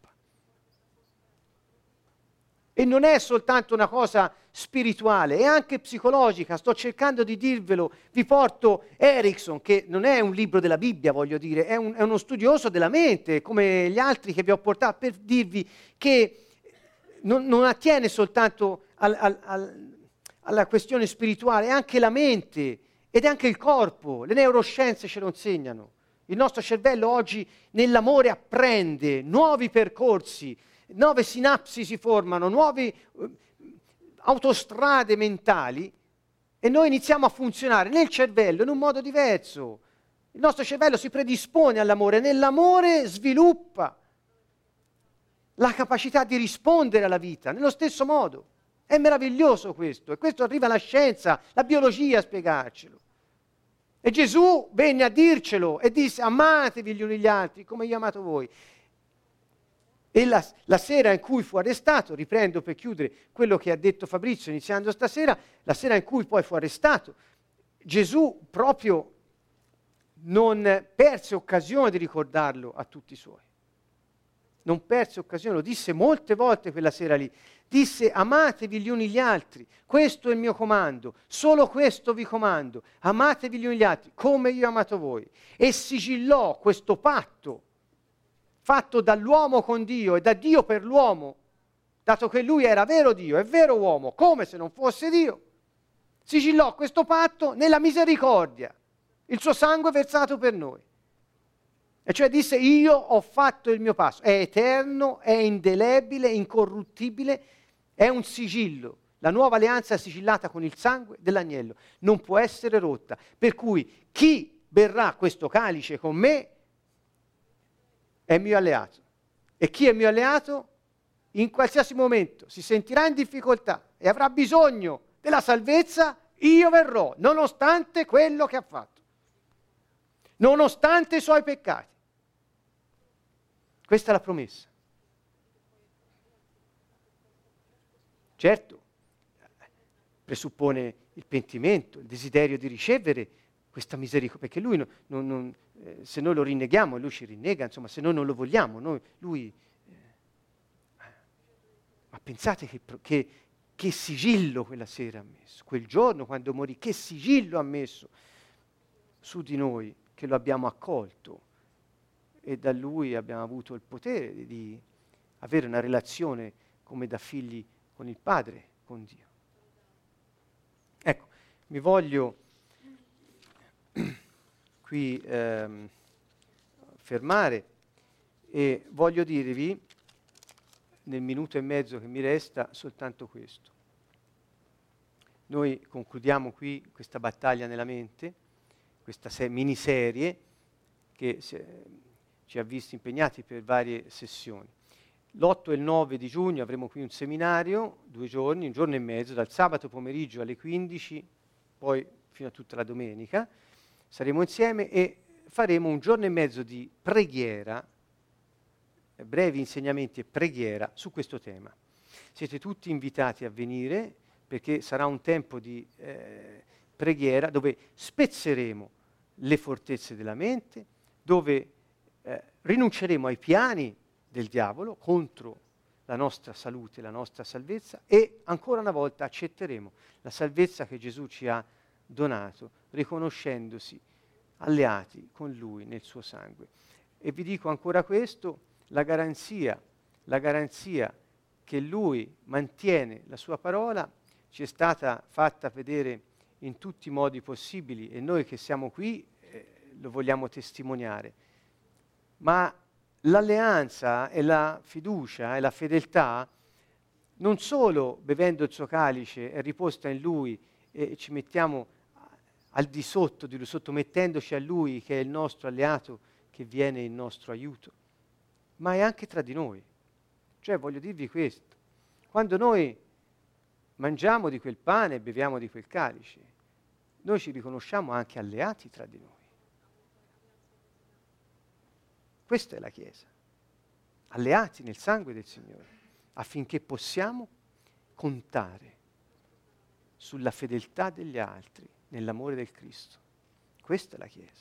E non è soltanto una cosa spirituale, è anche psicologica. Sto cercando di dirvelo, vi porto Erickson, che non è un libro della Bibbia, voglio dire, è, un, è uno studioso della mente, come gli altri che vi ho portato, per dirvi che non, non attiene soltanto al, al, al, alla questione spirituale, è anche la mente ed è anche il corpo. Le neuroscienze ce lo insegnano. Il nostro cervello oggi nell'amore apprende nuovi percorsi, nuove sinapsi si formano, nuove uh, autostrade mentali e noi iniziamo a funzionare nel cervello in un modo diverso. Il nostro cervello si predispone all'amore, nell'amore sviluppa la capacità di rispondere alla vita nello stesso modo. È meraviglioso questo, e questo arriva la scienza, la biologia a spiegarcelo. E Gesù venne a dircelo e disse: amatevi gli uni gli altri come io ho amato voi. E la, la sera in cui fu arrestato, riprendo per chiudere quello che ha detto Fabrizio iniziando stasera, la sera in cui poi fu arrestato, Gesù proprio non perse occasione di ricordarlo a tutti i suoi. Non perse occasione, lo disse molte volte quella sera lì. Disse: amatevi gli uni gli altri, questo è il mio comando, solo questo vi comando, amatevi gli uni gli altri come io ho amato voi. E sigillò questo patto fatto dall'uomo con Dio e da Dio per l'uomo, dato che lui era vero Dio e vero uomo, come se non fosse Dio, sigillò questo patto nella misericordia, il suo sangue versato per noi. E cioè disse: io ho fatto il mio passo, è eterno, è indelebile, incorruttibile, è un sigillo. La nuova alleanza è sigillata con il sangue dell'agnello, non può essere rotta. Per cui chi berrà questo calice con me è mio alleato. E chi è mio alleato in qualsiasi momento si sentirà in difficoltà e avrà bisogno della salvezza, io verrò, nonostante quello che ha fatto, nonostante i suoi peccati. Questa è la promessa. Certo, presuppone il pentimento, il desiderio di ricevere questa misericordia, perché lui, non, non, non, eh, se noi lo rinneghiamo, lui ci rinnega, insomma, se noi non lo vogliamo, noi, lui... Eh, ma pensate che, che, che sigillo quella sera ha messo, quel giorno quando morì, che sigillo ha messo su di noi, che lo abbiamo accolto. E da lui abbiamo avuto il potere di, di avere una relazione come da figli con il Padre, con Dio. Ecco, mi voglio qui ehm, fermare e voglio dirvi, nel minuto e mezzo che mi resta, soltanto questo. Noi concludiamo qui questa battaglia nella mente, questa se- miniserie che... Se, ci ha visti impegnati per varie sessioni. L'otto e il nove di giugno avremo qui un seminario, due giorni, un giorno e mezzo, dal sabato pomeriggio alle quindici, poi fino a tutta la domenica. Saremo insieme e faremo un giorno e mezzo di preghiera, brevi insegnamenti e preghiera su questo tema. Siete tutti invitati a venire perché sarà un tempo di eh, preghiera dove spezzeremo le fortezze della mente, dove Eh, rinunceremo ai piani del diavolo contro la nostra salute, la nostra salvezza e ancora una volta accetteremo la salvezza che Gesù ci ha donato, riconoscendosi alleati con Lui nel suo sangue. E vi dico ancora questo, la garanzia, la garanzia che Lui mantiene la sua parola ci è stata fatta vedere in tutti i modi possibili e noi che siamo qui eh, lo vogliamo testimoniare. Ma l'alleanza e la fiducia e la fedeltà non solo bevendo il suo calice è riposta in Lui e ci mettiamo al di sotto di Lui, sottomettendoci a Lui che è il nostro alleato che viene in nostro aiuto, ma è anche tra di noi. Cioè voglio dirvi questo, quando noi mangiamo di quel pane e beviamo di quel calice, noi ci riconosciamo anche alleati tra di noi. Questa è la Chiesa, alleati nel sangue del Signore, affinché possiamo contare sulla fedeltà degli altri, nell'amore del Cristo. Questa è la Chiesa.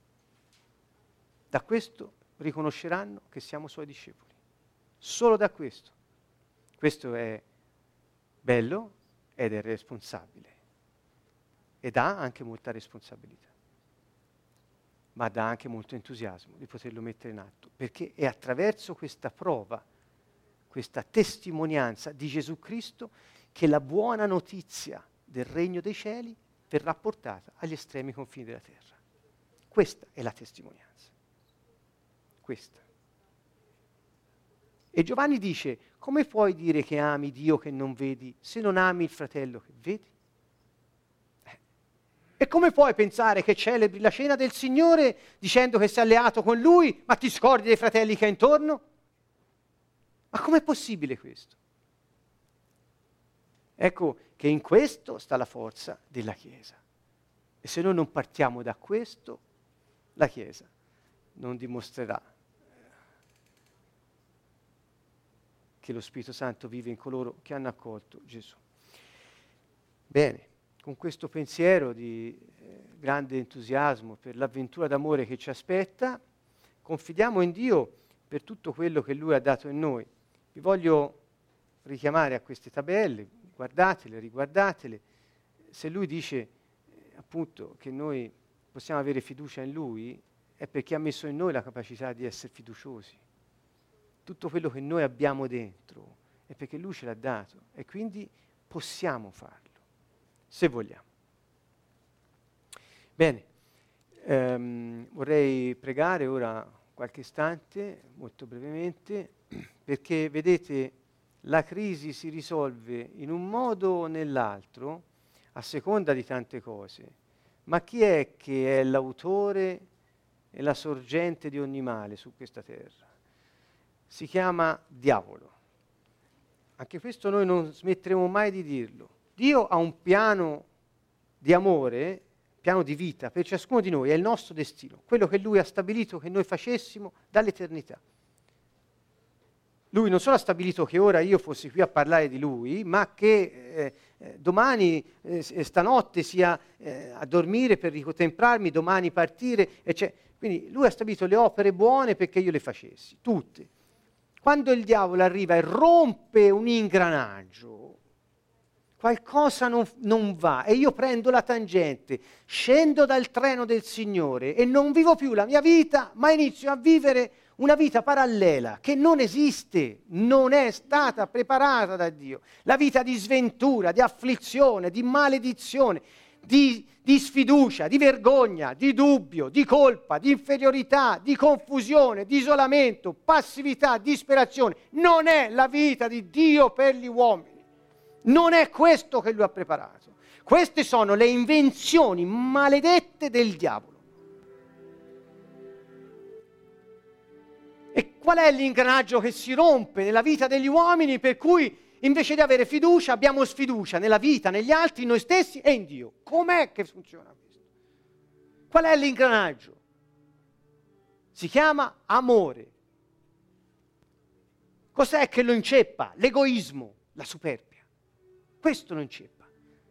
Da questo riconosceranno che siamo Suoi discepoli. Solo da questo. Questo è bello ed è responsabile. Ed ha anche molta responsabilità. Ma dà anche molto entusiasmo di poterlo mettere in atto, perché è attraverso questa prova, questa testimonianza di Gesù Cristo, che la buona notizia del regno dei cieli verrà portata agli estremi confini della terra. Questa è la testimonianza. Questa. E Giovanni dice: come puoi dire che ami Dio che non vedi, se non ami il fratello che vedi? E come puoi pensare che celebri la cena del Signore dicendo che sei alleato con Lui, ma ti scordi dei fratelli che hai intorno? Ma com'è possibile questo? Ecco che in questo sta la forza della Chiesa. E se noi non partiamo da questo, la Chiesa non dimostrerà che lo Spirito Santo vive in coloro che hanno accolto Gesù. Bene, con questo pensiero di eh, grande entusiasmo per l'avventura d'amore che ci aspetta, confidiamo in Dio per tutto quello che Lui ha dato in noi. Vi voglio richiamare a queste tabelle, guardatele, riguardatele. Se Lui dice eh, appunto che noi possiamo avere fiducia in Lui, è perché ha messo in noi la capacità di essere fiduciosi. Tutto quello che noi abbiamo dentro è perché Lui ce l'ha dato e quindi possiamo farlo, se vogliamo. Bene, ehm, vorrei pregare ora qualche istante, molto brevemente, perché vedete la crisi si risolve in un modo o nell'altro a seconda di tante cose. Ma chi è che è l'autore e la sorgente di ogni male su questa terra? Si chiama diavolo. Anche questo noi non smetteremo mai di dirlo. Dio ha un piano di amore, piano di vita per ciascuno di noi, è il nostro destino, quello che Lui ha stabilito che noi facessimo dall'eternità. Lui non solo ha stabilito che ora io fossi qui a parlare di Lui, ma che eh, domani, eh, stanotte sia eh, a dormire per ricontemplarmi, domani partire, eccetera. Quindi Lui ha stabilito le opere buone perché io le facessi, tutte. Quando il diavolo arriva e rompe un ingranaggio, qualcosa non, non va e io prendo la tangente, scendo dal treno del Signore e non vivo più la mia vita, ma inizio a vivere una vita parallela che non esiste, non è stata preparata da Dio. La vita di sventura, di afflizione, di maledizione, di, di sfiducia, di vergogna, di dubbio, di colpa, di inferiorità, di confusione, di isolamento, passività, disperazione. Non è la vita di Dio per gli uomini. Non è questo che Lui ha preparato. Queste sono le invenzioni maledette del diavolo. E qual è l'ingranaggio che si rompe nella vita degli uomini per cui invece di avere fiducia abbiamo sfiducia nella vita, negli altri, in noi stessi e in Dio? Com'è che funziona questo? Qual è l'ingranaggio? Si chiama amore. Cos'è che lo inceppa? L'egoismo, la superbia. Questo lo inceppa.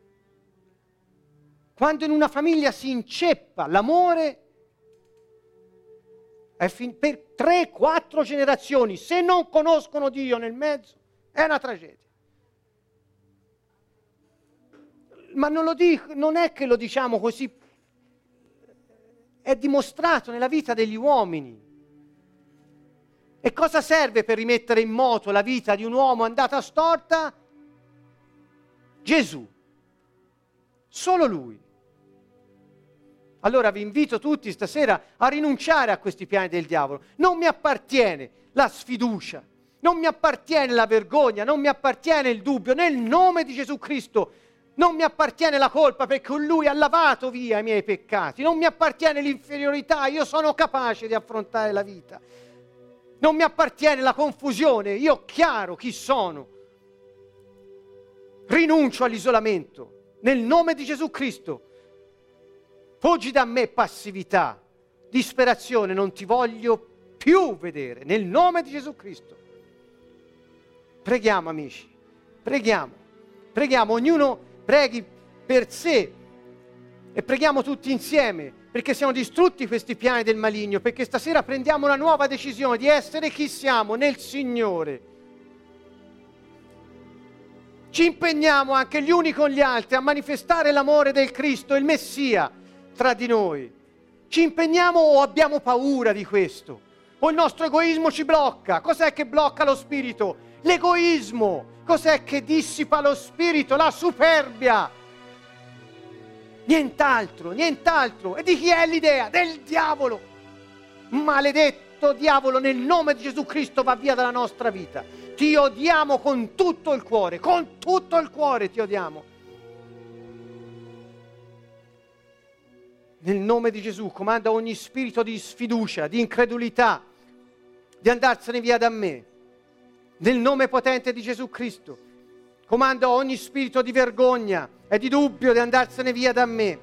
Quando in una famiglia si inceppa l'amore, è fin- per tre quattro generazioni, se non conoscono Dio nel mezzo, è una tragedia. Ma non lo dico, non è che lo diciamo così, è dimostrato nella vita degli uomini. E cosa serve per rimettere in moto la vita di un uomo andata storta? Gesù. Solo Lui. Allora vi invito tutti stasera a rinunciare a questi piani del diavolo. Non mi appartiene la sfiducia, non mi appartiene la vergogna, non mi appartiene il dubbio. Nel nome di Gesù Cristo non mi appartiene la colpa perché Lui ha lavato via i miei peccati. Non mi appartiene l'inferiorità, io sono capace di affrontare la vita. Non mi appartiene la confusione, io ho chiaro chi sono. Rinuncio all'isolamento nel nome di Gesù Cristo. Fuggi da me passività, disperazione, non ti voglio più vedere, nel nome di Gesù Cristo. Preghiamo amici, preghiamo, preghiamo, ognuno preghi per sé e preghiamo tutti insieme perché siano distrutti questi piani del maligno, perché stasera prendiamo una nuova decisione di essere chi siamo nel Signore. Ci impegniamo anche gli uni con gli altri a manifestare l'amore del Cristo, il Messia, tra di noi. Ci impegniamo o abbiamo paura di questo? O il nostro egoismo ci blocca? Cos'è che blocca lo spirito? L'egoismo. Cos'è che dissipa lo spirito? La superbia. Nient'altro, nient'altro. E di chi è l'idea? Del diavolo. Maledetto diavolo, nel nome di Gesù Cristo va via dalla nostra vita. Ti odiamo con tutto il cuore, con tutto il cuore ti odiamo. Nel nome di Gesù comanda ogni spirito di sfiducia, di incredulità, di andarsene via da me. Nel nome potente di Gesù Cristo, comando ogni spirito di vergogna e di dubbio di andarsene via da me.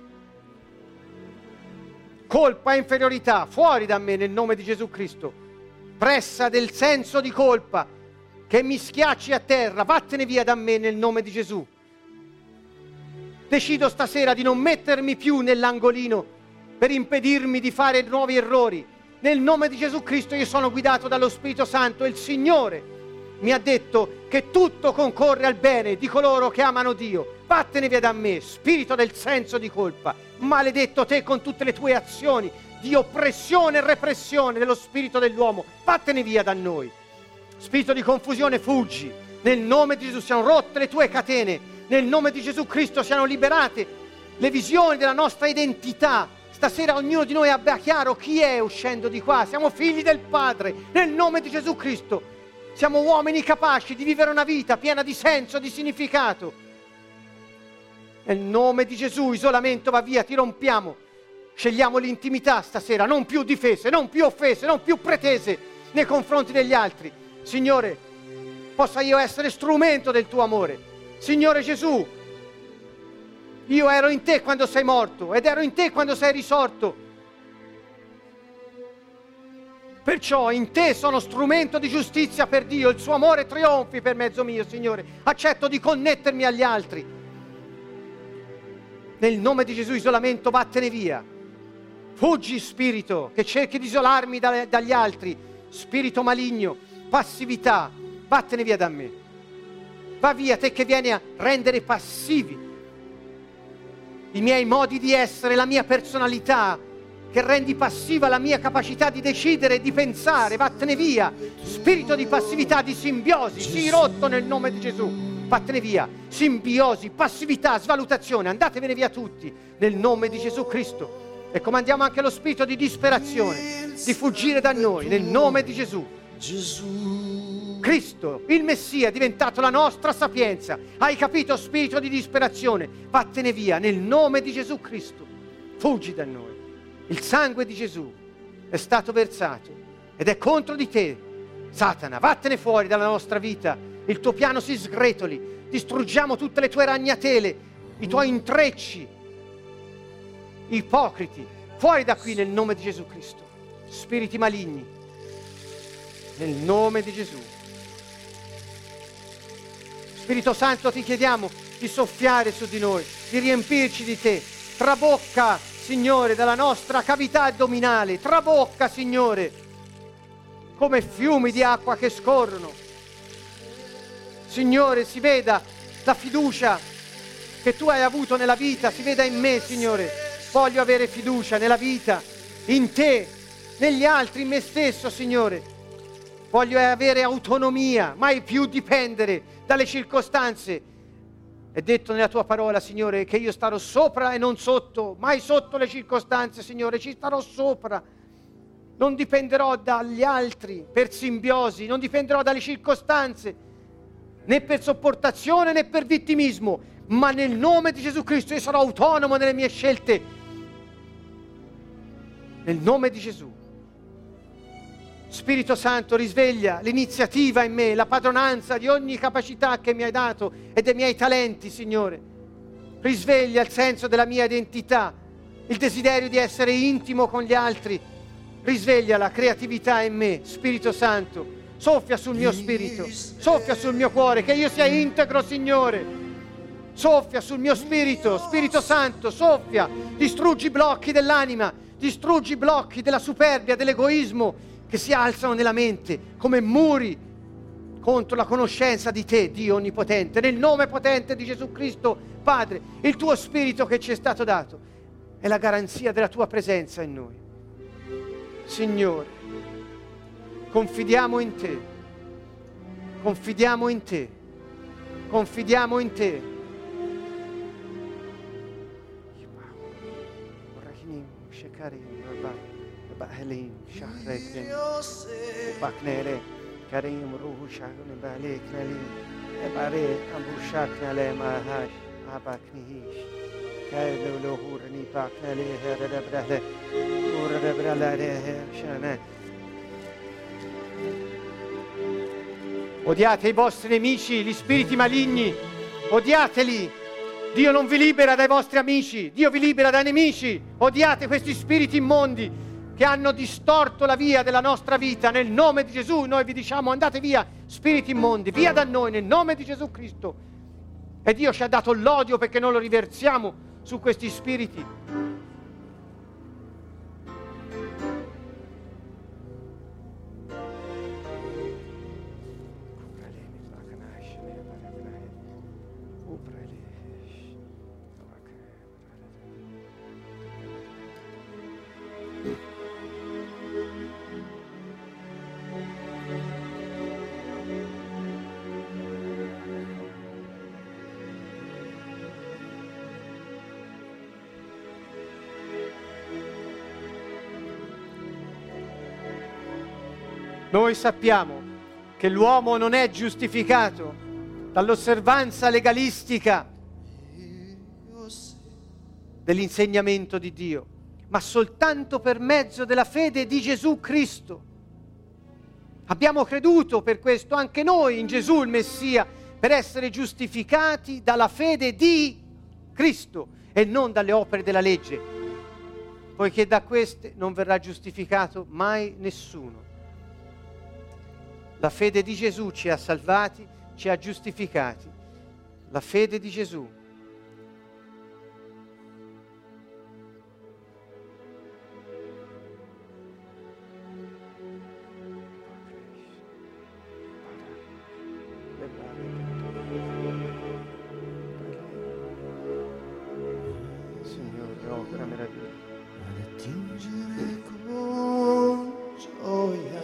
Colpa e inferiorità, fuori da me nel nome di Gesù Cristo. Pressa del senso di colpa che mi schiacci a terra, vattene via da me nel nome di Gesù. Decido stasera di non mettermi più nell'angolino per impedirmi di fare nuovi errori. Nel nome di Gesù Cristo io sono guidato dallo Spirito Santo e il Signore mi ha detto che tutto concorre al bene di coloro che amano Dio. Vattene via da me, spirito del senso di colpa. Maledetto te con tutte le tue azioni di oppressione e repressione dello spirito dell'uomo. Vattene via da noi. Spirito di confusione, fuggi. Nel nome di Gesù siano rotte le tue catene. Nel nome di Gesù Cristo siano liberate le visioni della nostra identità. Stasera ognuno di noi abbia chiaro chi è uscendo di qua. Siamo figli del Padre. Nel nome di Gesù Cristo siamo uomini capaci di vivere una vita piena di senso, di significato. Nel nome di Gesù isolamento va via, ti rompiamo. Scegliamo l'intimità stasera, non più difese, non più offese, non più pretese nei confronti degli altri. Signore, possa io essere strumento del tuo amore. Signore Gesù, io ero in te quando sei morto ed ero in te quando sei risorto. Perciò in te sono strumento di giustizia per Dio, il suo amore trionfi per mezzo mio, Signore. Accetto di connettermi agli altri. Nel nome di Gesù isolamento, vattene via. Fuggi spirito che cerchi di isolarmi da, dagli altri. Spirito maligno, passività, vattene via da me. Va via te che vieni a rendere passivi i miei modi di essere, la mia personalità, che rendi passiva la mia capacità di decidere e di pensare. Vattene via, spirito di passività, di simbiosi, sii rotto nel nome di Gesù. Vattene via, simbiosi, passività, svalutazione, andatevene via tutti nel nome di Gesù Cristo. E comandiamo anche lo spirito di disperazione di fuggire da noi nel nome di Gesù. Cristo, il Messia, è diventato la nostra sapienza. Hai capito, spirito di disperazione? Vattene via nel nome di Gesù Cristo. Fuggi da noi. Il sangue di Gesù è stato versato ed è contro di te. Satana, vattene fuori dalla nostra vita. Il tuo piano si sgretoli. Distruggiamo tutte le tue ragnatele, i tuoi intrecci ipocriti. Fuori da qui nel nome di Gesù Cristo. Spiriti maligni, nel nome di Gesù. Spirito Santo, ti chiediamo di soffiare su di noi, di riempirci di te. Trabocca, Signore, dalla nostra cavità addominale. Trabocca, Signore, come fiumi di acqua che scorrono. Signore, si veda la fiducia che tu hai avuto nella vita, si veda in me, Signore. Voglio avere fiducia nella vita, in te, negli altri, in me stesso, Signore. Voglio avere autonomia, mai più dipendere dalle circostanze. È detto nella tua parola, Signore, che io starò sopra e non sotto, mai sotto le circostanze, Signore, ci starò sopra. Non dipenderò dagli altri per simbiosi, non dipenderò dalle circostanze, né per sopportazione né per vittimismo, ma nel nome di Gesù Cristo io sarò autonomo nelle mie scelte. Nel nome di Gesù. Spirito Santo, risveglia l'iniziativa in me, la padronanza di ogni capacità che mi hai dato e dei miei talenti, Signore. Risveglia il senso della mia identità, il desiderio di essere intimo con gli altri. Risveglia la creatività in me, Spirito Santo. Soffia sul mio spirito, soffia sul mio cuore, che io sia integro, Signore. Soffia sul mio spirito, Spirito Santo, soffia. Distruggi i blocchi dell'anima, distruggi i blocchi della superbia, dell'egoismo, che si alzano nella mente come muri contro la conoscenza di te, Dio Onnipotente. Nel nome potente di Gesù Cristo, Padre, il tuo Spirito che ci è stato dato è la garanzia della tua presenza in noi. Signore, confidiamo in te, confidiamo in te, confidiamo in te. Bahlin Shahrekin Baknere Karim Ruhushan Balik Nali Ebare Ambushak Nale Mahash Abaknish Kailo Hurni Baknali Herrebrale Urrebrale Shana Odiate i vostri nemici, gli spiriti maligni, odiateli. Dio non vi libera dai vostri amici, Dio vi libera dai nemici. Odiate questi spiriti immondi che hanno distorto la via della nostra vita. Nel nome di Gesù noi vi diciamo: andate via, spiriti immondi, via da noi, nel nome di Gesù Cristo. E Dio ci ha dato l'odio perché noi lo riversiamo su questi spiriti. Noi sappiamo che l'uomo non è giustificato dall'osservanza legalistica dell'insegnamento di Dio, ma soltanto per mezzo della fede di Gesù Cristo. Abbiamo creduto per questo anche noi in Gesù il Messia, per essere giustificati dalla fede di Cristo e non dalle opere della legge, poiché da queste non verrà giustificato mai nessuno. La fede di Gesù ci ha salvati, ci ha giustificati. La fede di Gesù. Signore, opera meraviglia. Attingere con gioia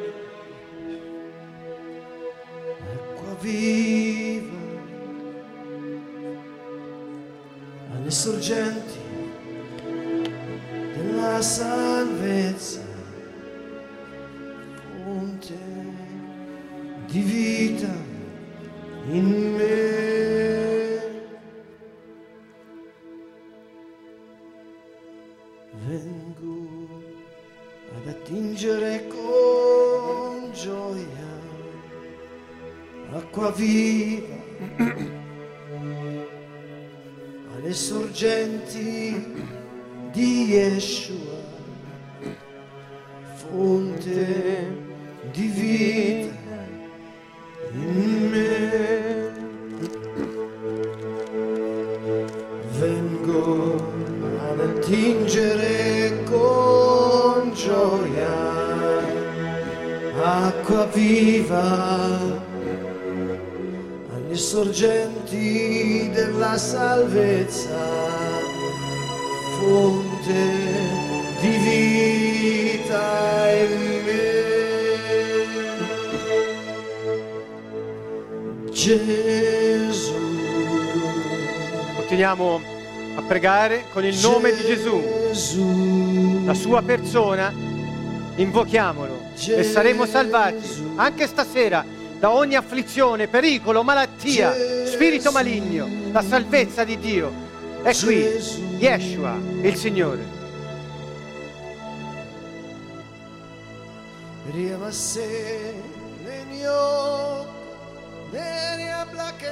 acqua viva alle sorgenti della salvezza, fonte di vita in me. Vengo ad attingere con gioia acqua viva alle sorgenti di Yeshua, fonte di vita in me. Vengo ad attingere con gioia acqua viva alle sorgenti della salvezza, fonte di vita in me. Gesù. Continuiamo a pregare con il nome di Gesù, la sua persona, invochiamolo e saremo salvati anche stasera da ogni afflizione, pericolo, malattia, spirito maligno. La salvezza di Dio è qui, Yeshua, il Signore. Riamasse lenio, neria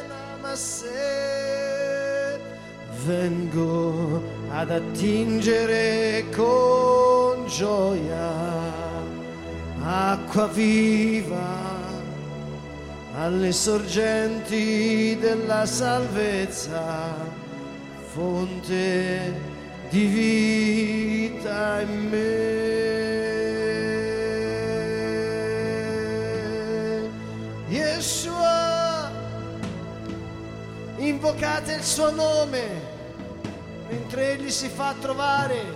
blakenamasse. Vengo ad attingere con gioia acqua viva alle sorgenti della salvezza, fonte di vita in me. Yeshua, invocate il suo nome mentre egli si fa trovare.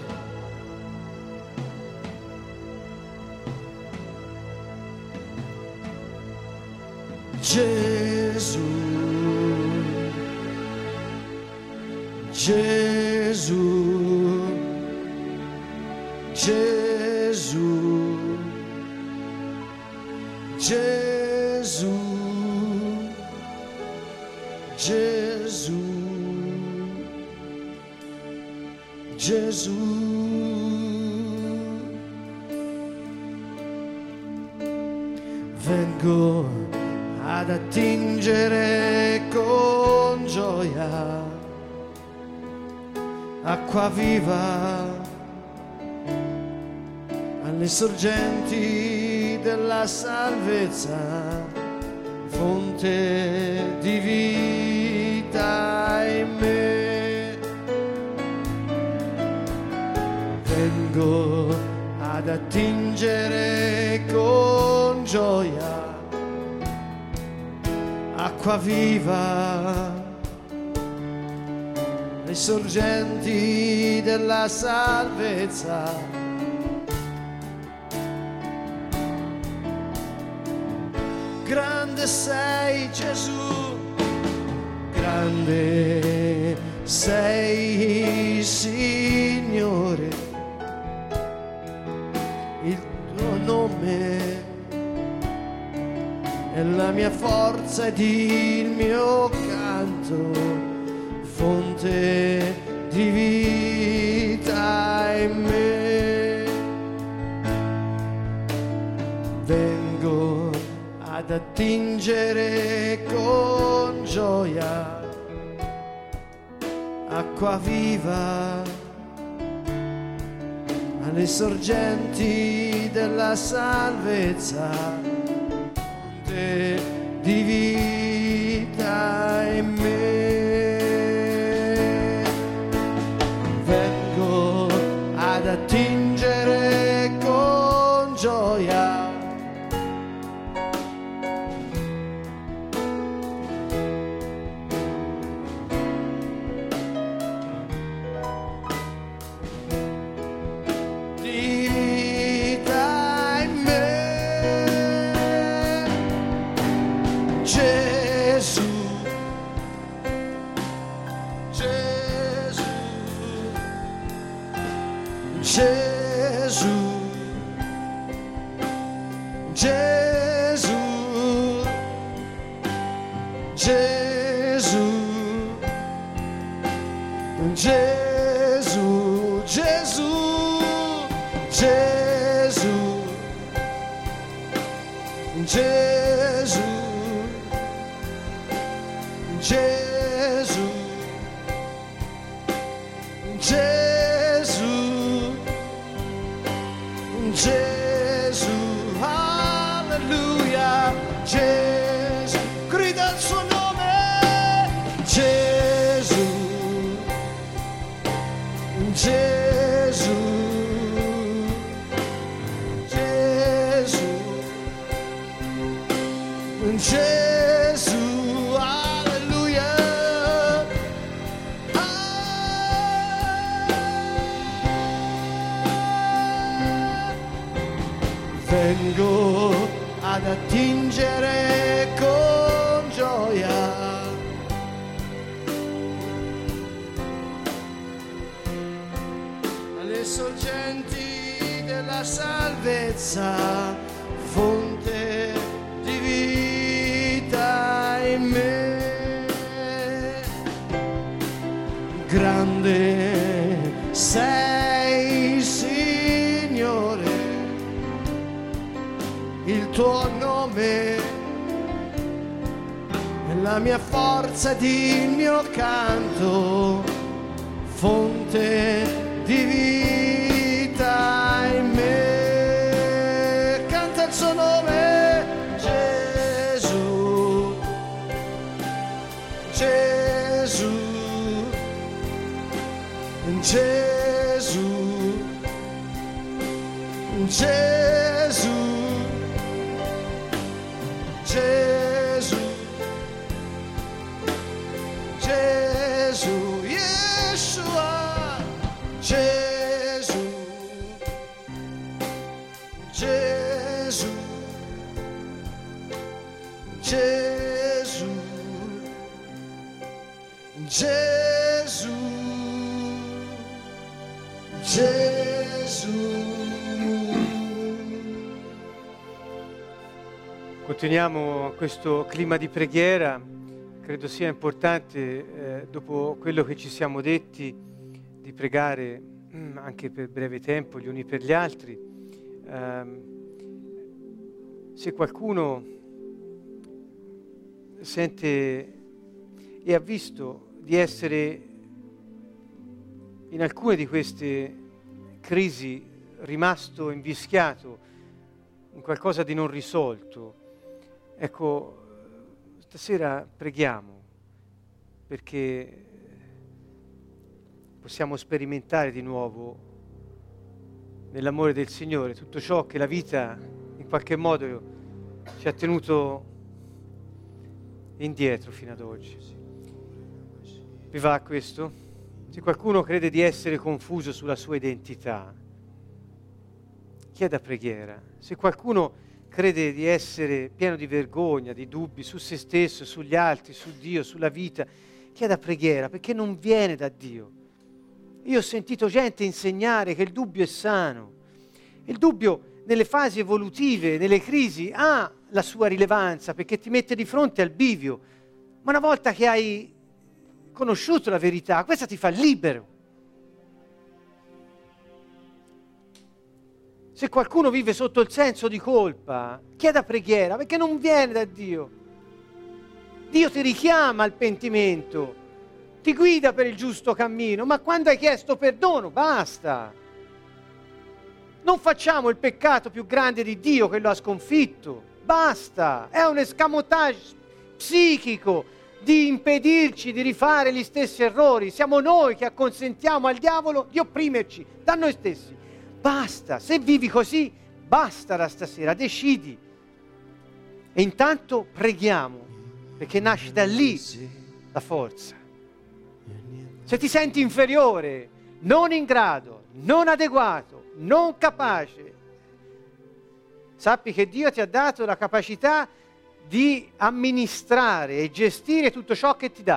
Gesù, Gesù, Gesù, Gesù, Gesù, Gesù. Vengo ad attingere con gioia acqua viva alle sorgenti della salvezza, fonte di vita in me. Vengo ad attingere con gioia acqua viva le sorgenti della salvezza. Grande sei Gesù, grande sei Signore, il tuo nome è la mia forza ed il mio canto, fonte di vita in me. Vengo ad attingere con gioia acqua viva alle sorgenti della salvezza, fonte di vita in me. Vengo ad attingere con gioia vengo ad attingere con gioia alle sorgenti della salvezza, fonte di vita in me. Grande sei Signore, il tuo nome è la mia forza ed il mio canto, fonte di vita in me. Canta il suo nome, Gesù, Gesù, Gesù, Gesù, Gesù, Gesù, Yeshua, Gesù, Gesù, Gesù, Gesù, Gesù. Continuiamo questo clima di preghiera. Credo sia importante, eh, dopo quello che ci siamo detti, di pregare mm, anche per breve tempo gli uni per gli altri. Eh, se qualcuno sente e ha visto di essere in alcune di queste crisi rimasto invischiato in qualcosa di non risolto, ecco, stasera preghiamo perché possiamo sperimentare di nuovo nell'amore del Signore tutto ciò che la vita in qualche modo ci ha tenuto indietro fino ad oggi. Vi va questo? Se qualcuno crede di essere confuso sulla sua identità, chieda preghiera. Se qualcuno crede di essere pieno di vergogna, di dubbi su se stesso, sugli altri, su Dio, sulla vita, chieda preghiera, perché non viene da Dio. Io ho sentito gente insegnare che il dubbio è sano. Il dubbio nelle fasi evolutive, nelle crisi, ha la sua rilevanza perché ti mette di fronte al bivio. Ma una volta che hai conosciuto la verità, questa ti fa libero. Se qualcuno vive sotto il senso di colpa, chieda preghiera perché non viene da Dio. Dio ti richiama al pentimento, ti guida per il giusto cammino, ma quando hai chiesto perdono, basta. Non facciamo il peccato più grande di Dio che lo ha sconfitto, basta. È un escamotage psichico di impedirci di rifare gli stessi errori. Siamo noi che acconsentiamo al diavolo di opprimerci da noi stessi. Basta, se vivi così, basta da stasera, decidi. E intanto preghiamo, perché nasce da lì la forza. Se ti senti inferiore, non in grado, non adeguato, non capace, sappi che Dio ti ha dato la capacità di amministrare e gestire tutto ciò che ti dà.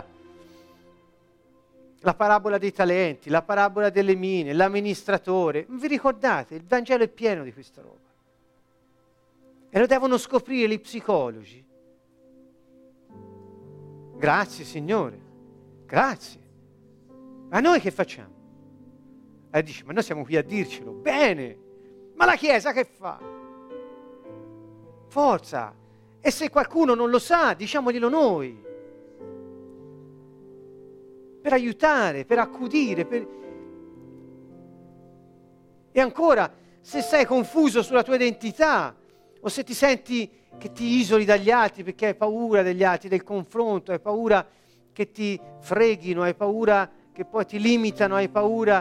La parabola dei talenti, la parabola delle mine, l'amministratore. Vi ricordate? Il Vangelo è pieno di questa roba. E lo devono scoprire gli psicologi. Grazie Signore, grazie. Ma noi che facciamo? E dice, ma noi siamo qui a dircelo. Bene, ma la Chiesa che fa? Forza. E se qualcuno non lo sa, diciamoglielo noi. Per aiutare, per accudire. Per... E ancora, se sei confuso sulla tua identità, o se ti senti che ti isoli dagli altri perché hai paura degli altri, del confronto, hai paura che ti freghino, hai paura che poi ti limitano, hai paura,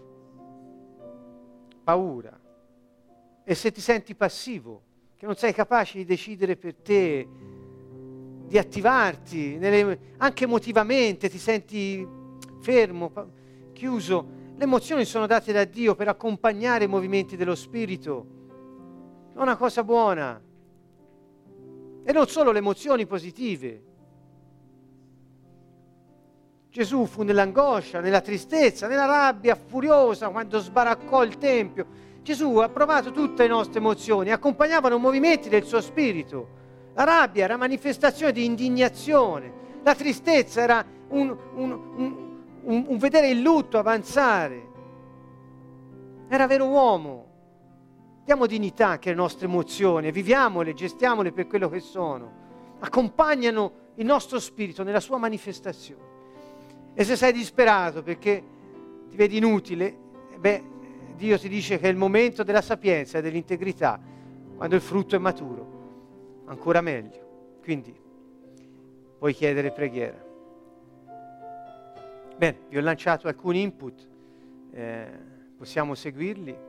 paura. E se ti senti passivo, che non sei capace di decidere per te, di attivarti, nelle, anche emotivamente ti senti fermo, pa- chiuso, le emozioni sono date da Dio per accompagnare i movimenti dello Spirito. È una cosa buona. E non solo le emozioni positive. Gesù fu nell'angoscia, nella tristezza, nella rabbia furiosa quando sbaraccò il Tempio. Gesù ha provato tutte le nostre emozioni, accompagnavano movimenti del suo spirito. La rabbia era manifestazione di indignazione, la tristezza era un, un, un, un, un vedere il lutto avanzare. Era vero uomo. Diamo dignità anche alle nostre emozioni, viviamole, gestiamole per quello che sono. Accompagnano il nostro spirito nella sua manifestazione. E se sei disperato perché ti vedi inutile, beh, Dio ti dice che è il momento della sapienza e dell'integrità, quando il frutto è maturo, ancora meglio. Quindi puoi chiedere preghiera. Bene, vi ho lanciato alcuni input, eh, possiamo seguirli.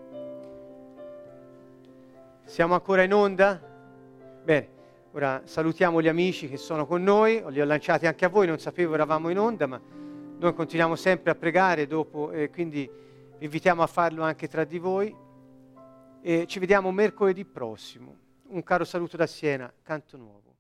Siamo ancora in onda? Bene, ora salutiamo gli amici che sono con noi, li ho lanciati anche a voi, non sapevo eravamo in onda, ma noi continuiamo sempre a pregare dopo, e quindi vi invitiamo a farlo anche tra di voi. E ci vediamo mercoledì prossimo. Un caro saluto da Siena, Canto Nuovo.